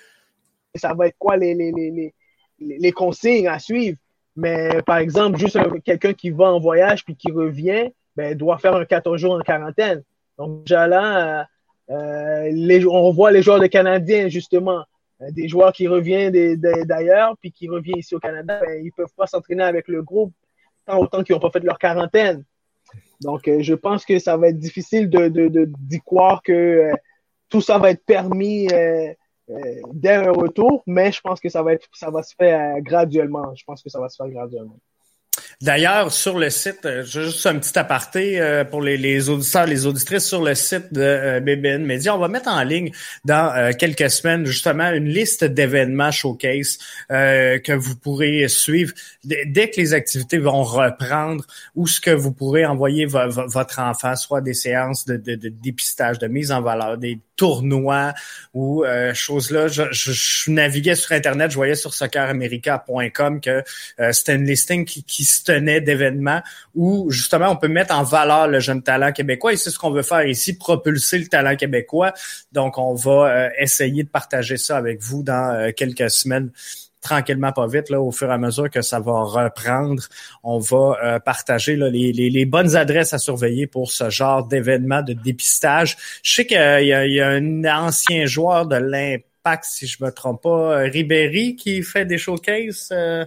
[SPEAKER 3] ça va être quoi les, les, les, les, les consignes à suivre. Mais par exemple, juste un, quelqu'un qui va en voyage puis qui revient, ben, doit faire un quatorze jours en quarantaine. Donc, déjà là, euh, les, on voit les joueurs de Canadiens, justement, des joueurs qui reviennent des, des, d'ailleurs puis qui reviennent ici au Canada, ben, ils ne peuvent pas s'entraîner avec le groupe tant autant qu'ils n'ont pas fait leur quarantaine. Donc, euh, je pense que ça va être difficile de, de, de, d'y croire que euh, tout ça va être permis euh, euh, dès un retour, mais je pense que ça va être, ça va se faire euh, graduellement. Je pense que ça va se faire graduellement.
[SPEAKER 2] D'ailleurs, sur le site, juste un petit aparté euh, pour les, les auditeurs, les auditrices sur le site de euh, B B N Media, on va mettre en ligne dans euh, quelques semaines justement une liste d'événements showcase euh, que vous pourrez suivre d- dès que les activités vont reprendre, ou ce que vous pourrez envoyer vo- vo- votre enfant, soit des séances de, de, de dépistage, de mise en valeur, des tournois ou euh, choses-là. Je, je, je naviguais sur Internet, je voyais sur soccer america point com que euh, c'était une listing qui, qui se tenait d'événements où justement on peut mettre en valeur le jeune talent québécois, et c'est ce qu'on veut faire ici, propulser le talent québécois. Donc on va euh, essayer de partager ça avec vous dans euh, quelques semaines, tranquillement, pas vite, là, au fur et à mesure que ça va reprendre. On va euh, partager là, les, les, les bonnes adresses à surveiller pour ce genre d'événement de dépistage. Je sais qu'il y a, il y a un ancien joueur de l'Impact, si je me trompe pas, Ribéry, qui fait des showcases. Euh...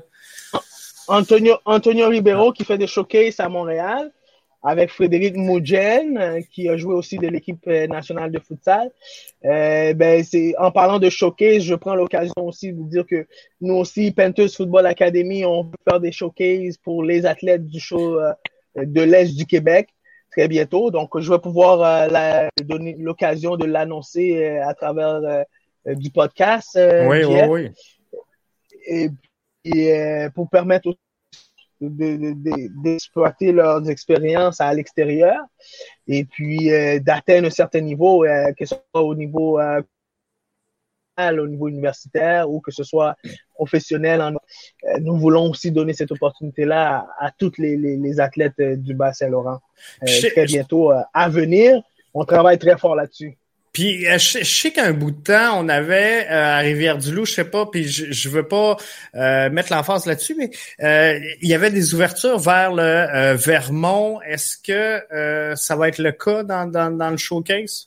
[SPEAKER 3] Antonio, Antonio Ribeiro qui fait des showcases à Montréal avec Frédéric Moudjen euh, qui a joué aussi de l'équipe nationale de futsal. Euh, ben c'est en parlant de showcase, je prends l'occasion aussi de vous dire que nous aussi, Panthers Football Academy, on veut faire des showcases pour les athlètes du show euh, de l'Est du Québec très bientôt. Donc, je vais pouvoir euh, la, donner l'occasion de l'annoncer euh, à travers euh, du podcast. Euh,
[SPEAKER 2] oui,
[SPEAKER 3] Jeff.
[SPEAKER 2] oui, oui.
[SPEAKER 3] Et, et euh, pour permettre de, de, de, d'exploiter leurs expériences à l'extérieur et puis euh, d'atteindre un certain niveau, euh, que ce soit au niveau euh, au niveau universitaire ou que ce soit professionnel. En, euh, nous voulons aussi donner cette opportunité-là à, à tous les, les, les athlètes euh, du Bas-Saint-Laurent. Euh, très bientôt euh, à venir. On travaille très fort là-dessus.
[SPEAKER 2] Puis euh, je, je sais qu'un bout de temps, on avait euh, à Rivière-du-Loup, je sais pas, puis je, je veux pas euh, mettre l'emphase là-dessus, mais euh, il y avait des ouvertures vers le euh, Vermont. Est-ce que euh, ça va être le cas dans, dans, dans le showcase?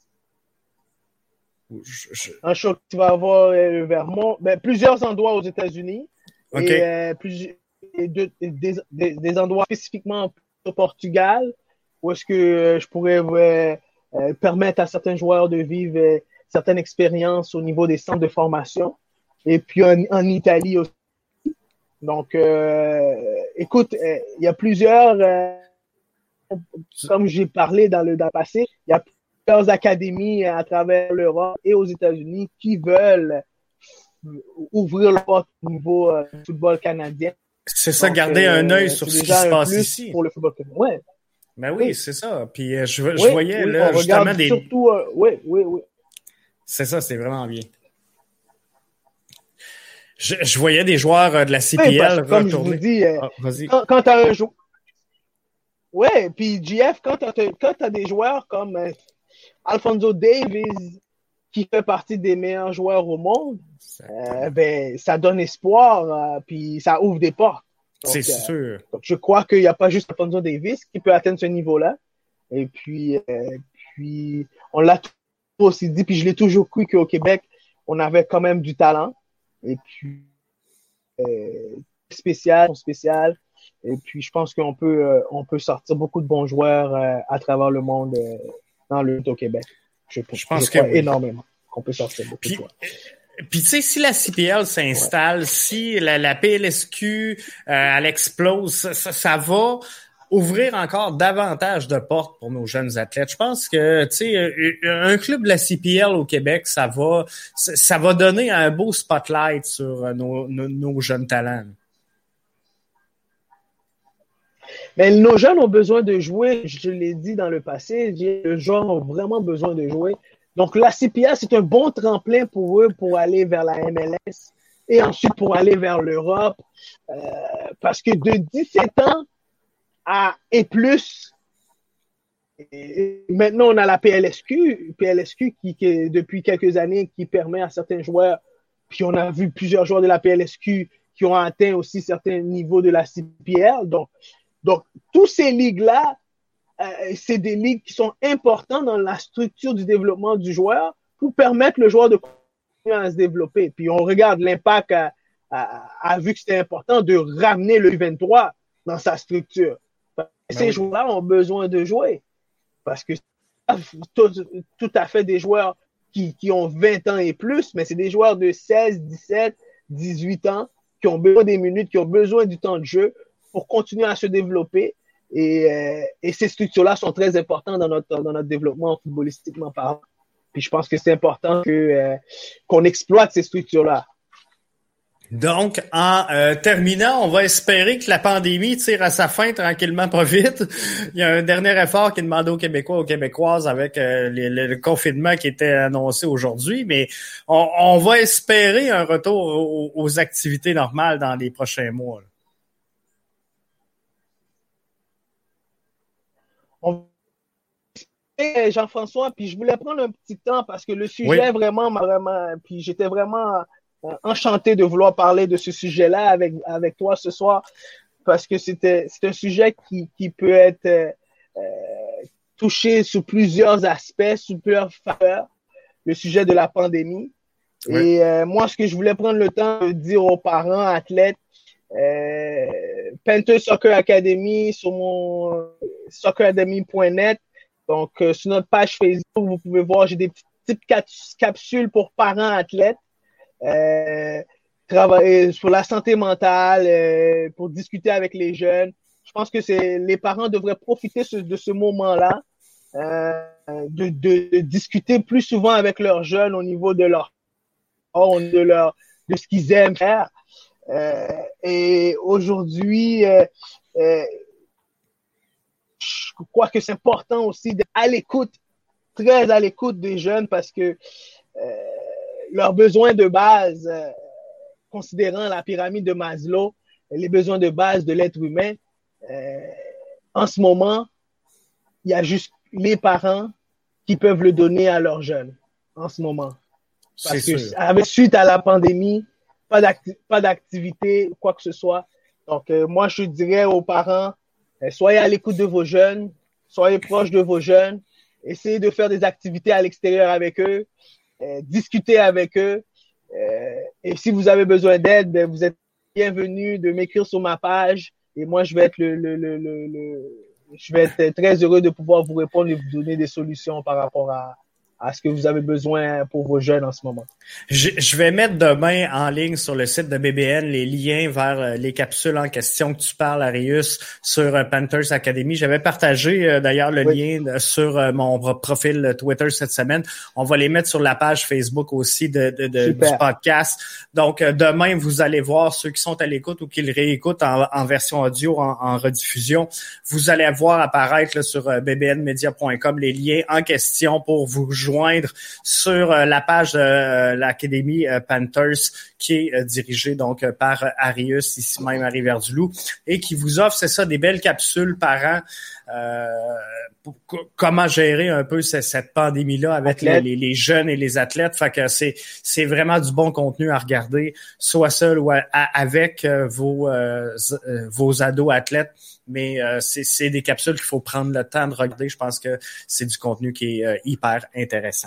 [SPEAKER 3] Je, je... Un showcase qui va avoir euh, le Vermont, ben, plusieurs endroits aux États-Unis okay. et, euh, plus, et de, des, des, des endroits spécifiquement au Portugal où est-ce que euh, je pourrais euh, Euh, permettre à certains joueurs de vivre euh, certaines expériences au niveau des centres de formation. Et puis en, en Italie aussi. Donc, euh, écoute, il euh, y a plusieurs, euh, comme j'ai parlé dans le, dans le passé, il y a plusieurs académies à travers l'Europe et aux États-Unis qui veulent ouvrir la porte au niveau euh, du football canadien.
[SPEAKER 2] C'est ça, Donc, garder euh, un œil sur ce qui se passe ici.
[SPEAKER 3] Pour le football canadien. Ouais.
[SPEAKER 2] Ben oui, oui, c'est ça. Puis euh, je, je oui, voyais
[SPEAKER 3] oui,
[SPEAKER 2] là
[SPEAKER 3] on
[SPEAKER 2] justement des.
[SPEAKER 3] Surtout, euh, oui, oui, oui.
[SPEAKER 2] C'est ça, c'est vraiment bien. Je, je voyais des joueurs euh, de la C P L
[SPEAKER 3] oui, parce que, comme je vous dis, euh, ah, quand, quand tu as un joueur. Oui, puis G F, quand tu as, as des joueurs comme euh, Alphonso Davies, qui fait partie des meilleurs joueurs au monde, euh, ben, ça donne espoir, euh, puis ça ouvre des portes. Donc,
[SPEAKER 2] c'est sûr.
[SPEAKER 3] Euh, donc je crois qu'il n'y a pas juste Alphonso Davies qui peut atteindre ce niveau-là. Et puis, euh, puis on l'a aussi dit, puis je l'ai toujours cru qu'au Québec, on avait quand même du talent. Et puis, euh, spécial, spécial. Et puis, je pense qu'on peut, euh, on peut sortir beaucoup de bons joueurs euh, à travers le monde euh, dans le au Québec. Je, je pense je que oui. énormément qu'on peut sortir beaucoup puis, de joueurs.
[SPEAKER 2] Puis tu sais, si la C P L s'installe, ouais. si la, la P L S Q euh, elle explose, ça, ça, ça va ouvrir encore davantage de portes pour nos jeunes athlètes. Je pense que tu sais, un club de la C P L au Québec, ça va, ça va donner un beau spotlight sur nos, nos, nos jeunes talents.
[SPEAKER 3] Mais nos jeunes ont besoin de jouer. Je l'ai dit dans le passé, les jeunes ont vraiment besoin de jouer. Donc, la C P L, c'est un bon tremplin pour eux pour aller vers la M L S et ensuite pour aller vers l'Europe. Euh, parce que de dix-sept ans à et plus, et maintenant, on a la P L S Q, P L S Q qui, qui, depuis quelques années, qui permet à certains joueurs, puis on a vu plusieurs joueurs de la P L S Q qui ont atteint aussi certains niveaux de la C P L. Donc, donc tous ces ligues-là, Euh, c'est des ligues qui sont importantes dans la structure du développement du joueur pour permettre le joueur de continuer à se développer. Puis on regarde l'impact a, a, a vu que c'était important de ramener le U vingt-trois dans sa structure. Ben ces oui. joueurs-là ont besoin de jouer parce que tout, tout à fait des joueurs qui, qui ont vingt ans et plus, mais c'est des joueurs de seize, dix-sept, dix-huit ans qui ont besoin des minutes, qui ont besoin du temps de jeu pour continuer à se développer. Et, euh, et ces structures-là sont très importantes dans notre, dans notre développement footballistiquement parlant. Puis je pense que c'est important que, euh, qu'on exploite ces structures-là.
[SPEAKER 2] Donc, en euh, terminant, on va espérer que la pandémie tire à sa fin tranquillement, pas vite. Il y a un dernier effort qui est demandé aux Québécois, aux Québécoises avec euh, les, le confinement qui était annoncé aujourd'hui, mais on, on va espérer un retour aux, aux activités normales dans les prochains mois. Là.
[SPEAKER 3] On... Jean-François, puis je voulais prendre un petit temps parce que le sujet oui. vraiment m'a vraiment, puis j'étais vraiment enchanté de vouloir parler de ce sujet-là avec avec toi ce soir parce que c'était c'est un sujet qui qui peut être euh, touché sous plusieurs aspects, sous plusieurs facteurs, le sujet de la pandémie. Oui. Et euh, moi, ce que je voulais prendre le temps de dire aux parents, athlètes, euh, Panther Soccer Academy sur mon soccer academy point net. Donc, euh, sur notre page Facebook, vous pouvez voir, j'ai des petites capsules pour parents athlètes. Euh, travailler sur la santé mentale, euh, pour discuter avec les jeunes. Je pense que c'est les parents devraient profiter ce, de ce moment-là, euh, de, de, de discuter plus souvent avec leurs jeunes au niveau de leur, de leur, de ce qu'ils aiment faire. Euh, et aujourd'hui, euh, euh, je crois que c'est important aussi d'être à l'écoute, très à l'écoute des jeunes parce que euh, leurs besoins de base, euh, considérant la pyramide de Maslow, les besoins de base de l'être humain, euh, en ce moment, il y a juste les parents qui peuvent le donner à leurs jeunes en ce moment. Parce
[SPEAKER 2] C'est
[SPEAKER 3] que
[SPEAKER 2] sûr.
[SPEAKER 3] avec, suite à la pandémie, pas, d'acti- pas d'activité, quoi que ce soit. Donc, euh, moi, je dirais aux parents, euh, soyez à l'écoute de vos jeunes, soyez proches de vos jeunes, essayez de faire des activités à l'extérieur avec eux, euh, discutez avec eux. Euh, et si vous avez besoin d'aide, ben, vous êtes bienvenus de m'écrire sur ma page. Et moi, je vais être le, le, le, le, le je vais être très heureux de pouvoir vous répondre et vous donner des solutions par rapport à, à ce que vous avez besoin pour vos jeunes en ce moment.
[SPEAKER 2] Je, je vais mettre demain en ligne sur le site de B B N les liens vers euh, les capsules en question que tu parles, Arius, sur euh, Panthers Academy. J'avais partagé euh, d'ailleurs le
[SPEAKER 3] Oui.
[SPEAKER 2] lien euh, sur euh, mon profil Twitter cette semaine. On va les mettre sur la page Facebook aussi de, de, de du podcast. Donc euh, demain, vous allez voir ceux qui sont à l'écoute ou qui le réécoutent en, en version audio, en, en rediffusion. Vous allez voir apparaître là, sur euh, b b n media point com les liens en question pour vous joindre sur euh, la page de euh, l'Académie euh, Panthers qui est euh, dirigée donc euh, par euh, Arius, ici même à Rivière-du-Loup, et qui vous offre, c'est ça, des belles capsules par an. Euh, pour, comment gérer un peu cette, cette pandémie-là avec les, les, les jeunes et les athlètes. Fait que c'est, c'est vraiment du bon contenu à regarder, soit seul ou à, à, avec euh, vos, euh, vos ados athlètes. Mais euh, c'est, c'est des capsules qu'il faut prendre le temps de regarder. Je pense que c'est du contenu qui est euh, hyper intéressant.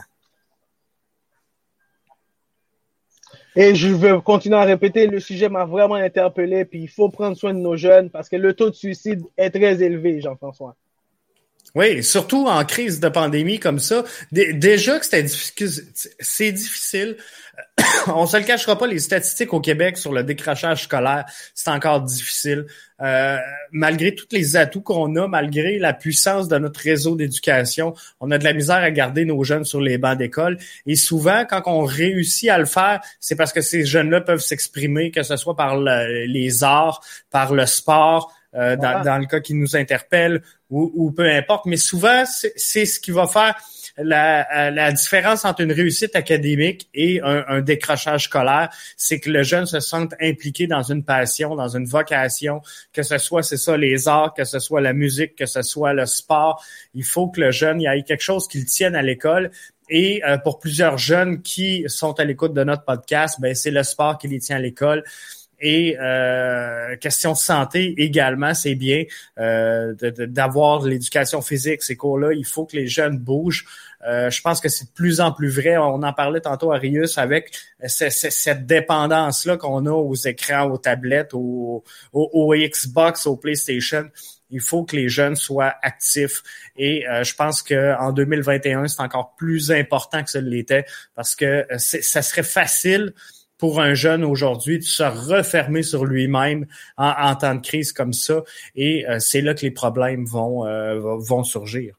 [SPEAKER 3] Et je veux continuer à répéter, le sujet m'a vraiment interpellé, puis il faut prendre soin de nos jeunes parce que le taux de suicide est très élevé, Jean-François.
[SPEAKER 2] Oui, surtout en crise de pandémie comme ça. D- déjà que c'était difficile, c'est difficile. On se le cachera pas, les statistiques au Québec sur le décrochage scolaire, c'est encore difficile. Euh, malgré tous les atouts qu'on a, malgré la puissance de notre réseau d'éducation, on a de la misère à garder nos jeunes sur les bancs d'école. Et souvent, quand on réussit à le faire, c'est parce que ces jeunes-là peuvent s'exprimer, que ce soit par le, les arts, par le sport, euh, dans, dans le cas qui nous interpelle, ou, ou peu importe. Mais souvent, c'est, c'est ce qui va faire La, la différence entre une réussite académique et un, un décrochage scolaire, c'est que le jeune se sente impliqué dans une passion, dans une vocation, que ce soit, c'est ça, les arts, que ce soit la musique, que ce soit le sport. Il faut que le jeune, il y ait quelque chose qui le tienne à l'école. Et euh, pour plusieurs jeunes qui sont à l'écoute de notre podcast, ben c'est le sport qui les tient à l'école. Et euh, question de santé également, c'est bien euh, de, de, d'avoir l'éducation physique, ces cours-là. Il faut que les jeunes bougent. Euh, je pense que c'est de plus en plus vrai. On en parlait tantôt, Arius, avec c- c- cette dépendance-là qu'on a aux écrans, aux tablettes, aux, aux, aux Xbox, aux PlayStation. Il faut que les jeunes soient actifs. Et euh, je pense qu'en deux mille vingt et un, c'est encore plus important que ça l'était parce que c'est, ça serait facile pour un jeune aujourd'hui de se refermer sur lui-même en, en temps de crise comme ça. Et euh, c'est là que les problèmes vont, euh, vont surgir.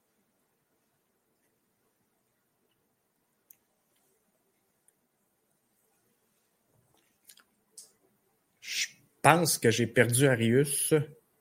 [SPEAKER 2] Je pense que j'ai perdu Arius.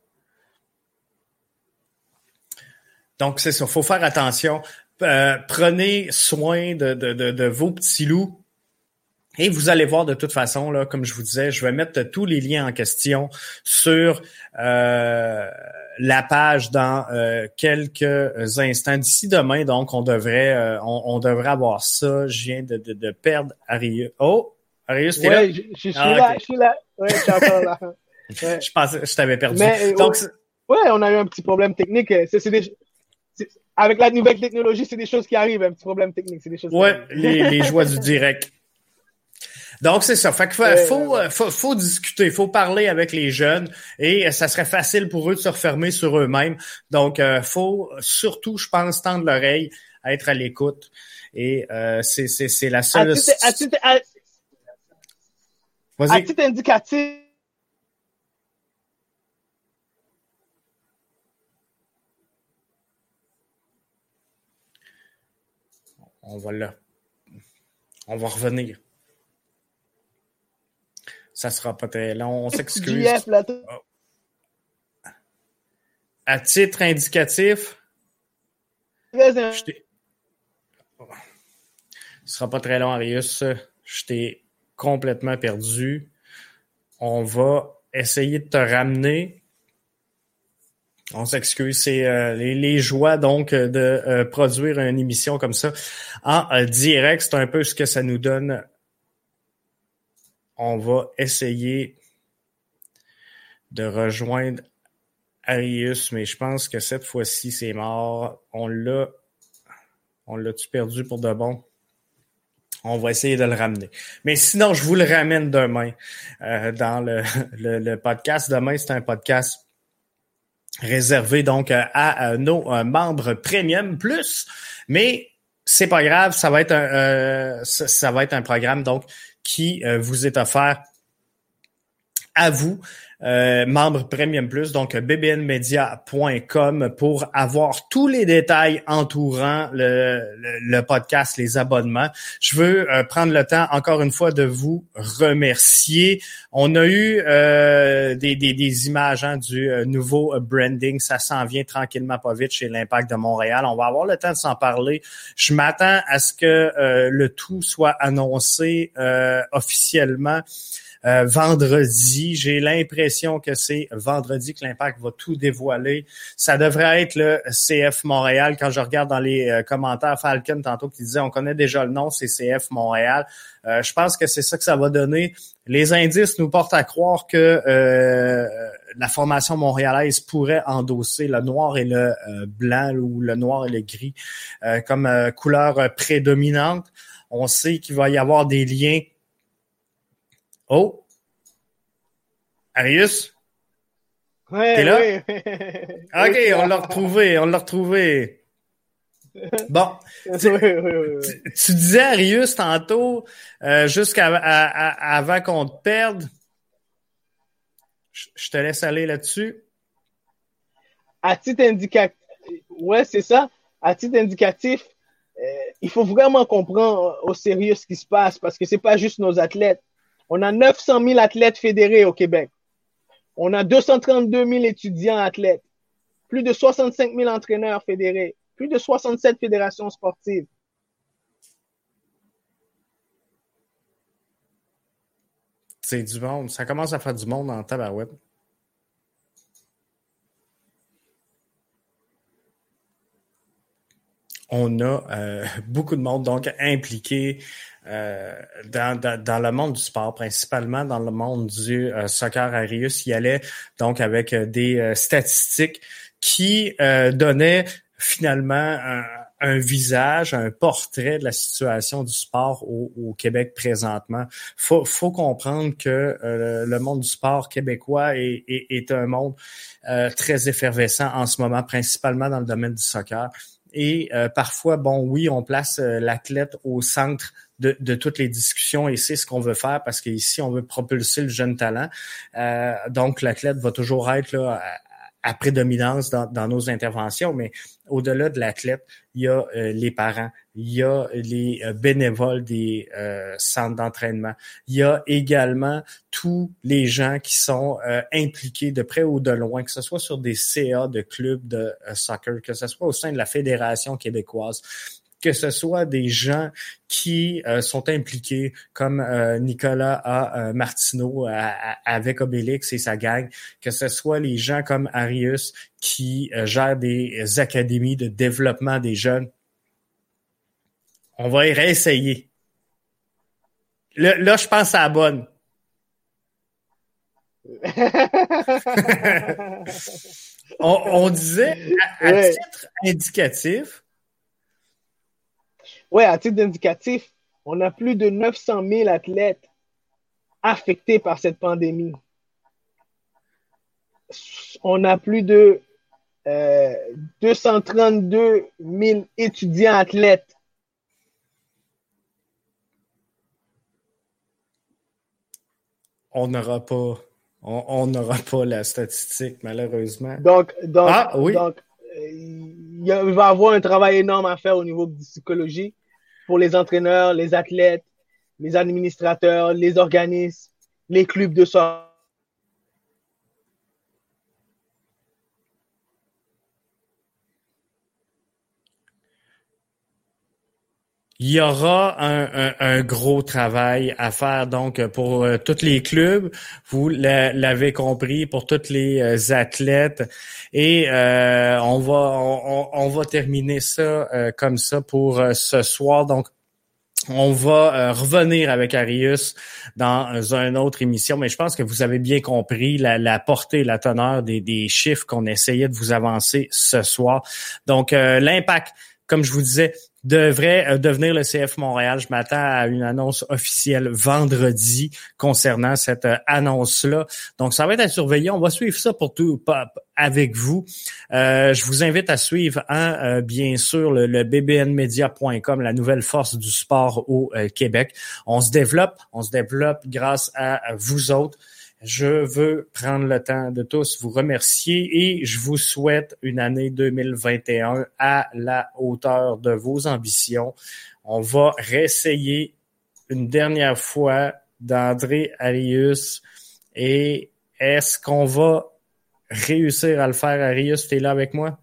[SPEAKER 2] Donc, c'est ça. Il faut faire attention. Euh, prenez soin de, de, de, de vos petits loups. Et vous allez voir de toute façon, là, comme je vous disais, je vais mettre tous les liens en question sur euh, la page dans euh, quelques instants. D'ici demain, donc, on devrait euh, on, on devrait avoir ça. Je viens de, de, de perdre Arius. Oh! Arius, t'es
[SPEAKER 3] ouais,
[SPEAKER 2] là?
[SPEAKER 3] Je, je suis
[SPEAKER 2] Ah,
[SPEAKER 3] là,
[SPEAKER 2] okay.
[SPEAKER 3] je suis là. Ouais, je suis encore là. Ouais.
[SPEAKER 2] Je pensais je t'avais perdu.
[SPEAKER 3] Mais,
[SPEAKER 2] donc,
[SPEAKER 3] ouais, on a eu un petit problème technique. C'est, c'est des, c'est, avec la nouvelle technologie, c'est des choses qui arrivent. Un petit problème technique, c'est des choses
[SPEAKER 2] ouais,
[SPEAKER 3] qui arrivent.
[SPEAKER 2] les, les joies du direct. Donc, c'est ça. Fait que faut,
[SPEAKER 3] ouais,
[SPEAKER 2] faut,
[SPEAKER 3] ouais, ouais.
[SPEAKER 2] faut, faut discuter, faut parler avec les jeunes et ça serait facile pour eux de se refermer sur eux-mêmes. Donc, euh, faut surtout, je pense, tendre l'oreille, être à l'écoute. Et euh, c'est, c'est, c'est la seule...
[SPEAKER 3] À titre, à titre, à,
[SPEAKER 2] Vas-y.
[SPEAKER 3] À titre indicatif,
[SPEAKER 2] On va là. On va revenir. Ça sera pas très long. On s'excuse.
[SPEAKER 3] J F, là,
[SPEAKER 2] oh. À titre indicatif, je t'ai... Ce sera pas très long, Arius. Je t'ai complètement perdu. On va essayer de te ramener. On s'excuse, c'est euh, les, les joies donc de euh, produire une émission comme ça en euh, direct. C'est un peu ce que ça nous donne. On va essayer de rejoindre Arius, mais je pense que cette fois-ci, c'est mort. On l'a, on l'a-tu perdu pour de bon? On va essayer de le ramener. Mais sinon, je vous le ramène demain euh, dans le, le, le podcast. Demain, c'est un podcast réservé donc à, à nos euh, membres Premium Plus. Mais c'est pas grave, ça va être un, euh, ça, ça va être un programme donc qui euh, vous est offert à vous. Euh, membre Premium Plus, donc b b n media point com pour avoir tous les détails entourant le, le, le podcast, les abonnements. Je veux euh, prendre le temps, encore une fois, de vous remercier. On a eu euh, des, des, des images hein, du euh, nouveau branding. Ça s'en vient tranquillement pas vite chez l'Impact de Montréal. On va avoir le temps de s'en parler. Je m'attends à ce que euh, le tout soit annoncé euh, officiellement Euh, vendredi. J'ai l'impression que c'est vendredi que l'Impact va tout dévoiler. Ça devrait être le C F Montréal. Quand je regarde dans les euh, commentaires, Falcon, tantôt, qui disait on connaît déjà le nom, c'est C F Montréal. Euh, je pense que c'est ça que ça va donner. Les indices nous portent à croire que euh, la formation montréalaise pourrait endosser le noir et le euh, blanc ou le noir et le gris euh, comme euh, couleur euh, prédominante. On sait qu'il va y avoir des liens. Oh! Arius?
[SPEAKER 3] Ouais,
[SPEAKER 2] t'es là?
[SPEAKER 3] Oui.
[SPEAKER 2] OK,
[SPEAKER 3] oui,
[SPEAKER 2] on l'a retrouvé, on l'a retrouvé. Bon, tu,
[SPEAKER 3] oui, oui, oui.
[SPEAKER 2] tu, tu disais, Arius, tantôt, euh, jusqu'avant qu'on te perde, je, je te laisse aller là-dessus.
[SPEAKER 3] À titre indicatif, ouais, c'est ça. À titre indicatif, euh, il faut vraiment comprendre au sérieux ce qui se passe parce que c'est pas juste nos athlètes. On a neuf cent mille athlètes fédérés au Québec. On a deux cent trente-deux mille étudiants athlètes. Plus de soixante-cinq mille entraîneurs fédérés. Plus de soixante-sept fédérations sportives.
[SPEAKER 2] C'est du monde. Ça commence à faire du monde en tabarouette. On a euh, beaucoup de monde donc impliqué euh, dans, dans, dans le monde du sport, principalement dans le monde du euh, soccer. Arius y allait donc avec euh, des euh, statistiques qui euh, donnaient finalement un, un visage, un portrait de la situation du sport au, au Québec présentement. Faut, faut comprendre que euh, le monde du sport québécois est, est, est un monde euh, très effervescent en ce moment, principalement dans le domaine du soccer. Et euh, parfois, bon, oui, on place euh, l'athlète au centre de, de toutes les discussions et c'est ce qu'on veut faire parce qu'ici, on veut propulser le jeune talent. Euh, donc, l'athlète va toujours être là à, à prédominance dans, dans nos interventions, mais au-delà de l'athlète, il y a euh, les parents, il y a les euh, bénévoles des euh, centres d'entraînement, il y a également tous les gens qui sont euh, impliqués de près ou de loin, que ce soit sur des C A de clubs de euh, soccer, que ce soit au sein de la Fédération québécoise, que ce soit des gens qui euh, sont impliqués comme euh, Nicolas A. Euh, Martineau à, à, avec Obélix et sa gang, que ce soit les gens comme Arius qui euh, gèrent des académies de développement des jeunes. On va y réessayer. Là, là je pense à la bonne. on, on disait, à, à
[SPEAKER 3] ouais.
[SPEAKER 2] titre indicatif,
[SPEAKER 3] Oui, à titre indicatif, on a plus de neuf cent mille athlètes affectés par cette pandémie. On a plus de euh, deux cent trente-deux mille étudiants athlètes.
[SPEAKER 2] On n'aura pas, on n'aura pas la statistique, malheureusement.
[SPEAKER 3] Donc, donc,
[SPEAKER 2] ah, oui.
[SPEAKER 3] donc il va y avoir un travail énorme à faire au niveau de psychologie pour les entraîneurs, les athlètes, les administrateurs, les organismes les clubs de soccer.
[SPEAKER 2] Il y aura un, un, un gros travail à faire donc pour euh, tous les clubs, vous l'avez compris, pour tous les euh, athlètes, et euh, on va on, on va terminer ça euh, comme ça pour euh, ce soir. Donc on va euh, revenir avec Arius dans une autre émission, mais je pense que vous avez bien compris la, la portée, la teneur des, des chiffres qu'on essayait de vous avancer ce soir. Donc euh, l'impact, comme je vous disais, devrait euh, devenir le C F Montréal. Je m'attends à une annonce officielle vendredi concernant cette euh, annonce-là. Donc, ça va être à surveiller. On va suivre ça pour tout pas, avec vous. Euh, je vous invite à suivre, hein, euh, bien sûr, le, le b b n media point com, la nouvelle force du sport au euh, Québec. On se développe, on se développe grâce à, à vous autres. Je veux prendre le temps de tous vous remercier et je vous souhaite une année deux mille vingt et un à la hauteur de vos ambitions. On va réessayer une dernière fois d'André Arius et est-ce qu'on va réussir à le faire, Arius? T'es là avec moi?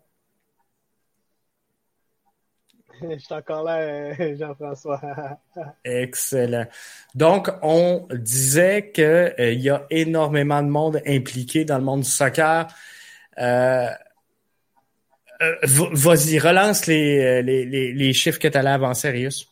[SPEAKER 3] Je suis encore là, Jean-François.
[SPEAKER 2] Excellent. Donc, on disait qu'il euh, y a énormément de monde impliqué dans le monde du soccer. Euh, euh, vas-y, relance les, les, les, les chiffres que tu allais avancer, Arius.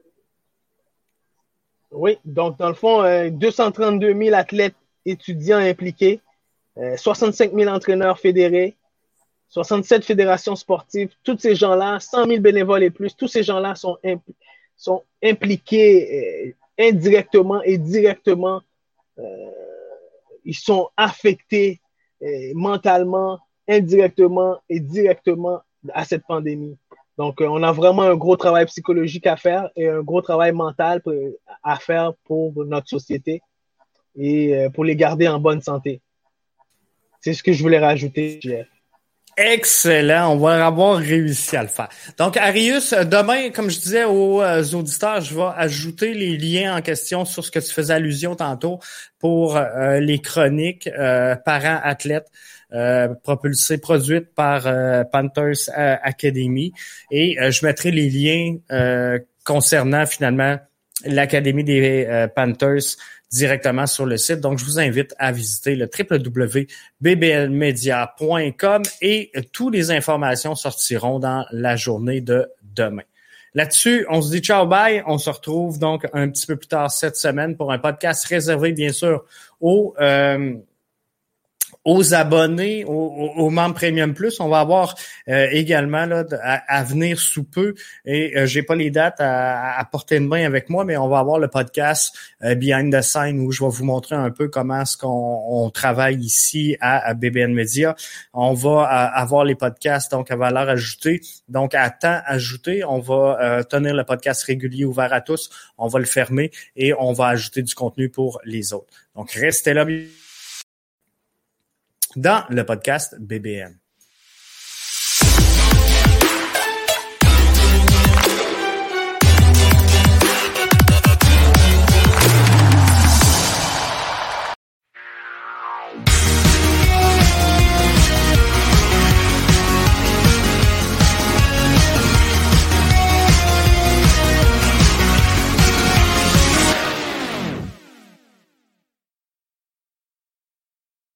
[SPEAKER 3] Oui, donc dans le fond, euh, deux cent trente-deux mille athlètes étudiants impliqués, euh, soixante-cinq mille entraîneurs fédérés, soixante-sept fédérations sportives, tous ces gens-là, cent mille bénévoles et plus, tous ces gens-là sont, impl- sont impliqués euh, indirectement et directement. Euh, ils sont affectés euh, mentalement, indirectement et directement à cette pandémie. Donc, euh, on a vraiment un gros travail psychologique à faire et un gros travail mental pour, à faire pour notre société et euh, pour les garder en bonne santé. C'est ce que je voulais rajouter, Jeff.
[SPEAKER 2] Excellent, on va avoir réussi à le faire. Donc, Arius, demain, comme je disais aux auditeurs, je vais ajouter les liens en question sur ce que tu faisais allusion tantôt pour euh, les chroniques euh, parents-athlètes euh, propulsées, produites par euh, Panthers Academy. Et euh, je mettrai les liens euh, concernant finalement l'Académie des euh, Panthers directement sur le site. Donc, je vous invite à visiter le w w w point b b n media point com et toutes les informations sortiront dans la journée de demain. Là-dessus, on se dit ciao, bye. On se retrouve donc un petit peu plus tard cette semaine pour un podcast réservé, bien sûr, aux... Euh, aux abonnés, aux, aux membres Premium Plus. On va avoir euh, également là, à, à venir sous peu, et euh, j'ai pas les dates à, à porter de main avec moi, mais on va avoir le podcast euh, Behind the Scene où je vais vous montrer un peu comment est-ce qu'on on travaille ici à, à B B N Media. On va à, avoir les podcasts donc à valeur ajoutée, donc à temps ajouté. On va euh, tenir le podcast régulier ouvert à tous, on va le fermer et on va ajouter du contenu pour les autres. Donc restez là dans le podcast B B N.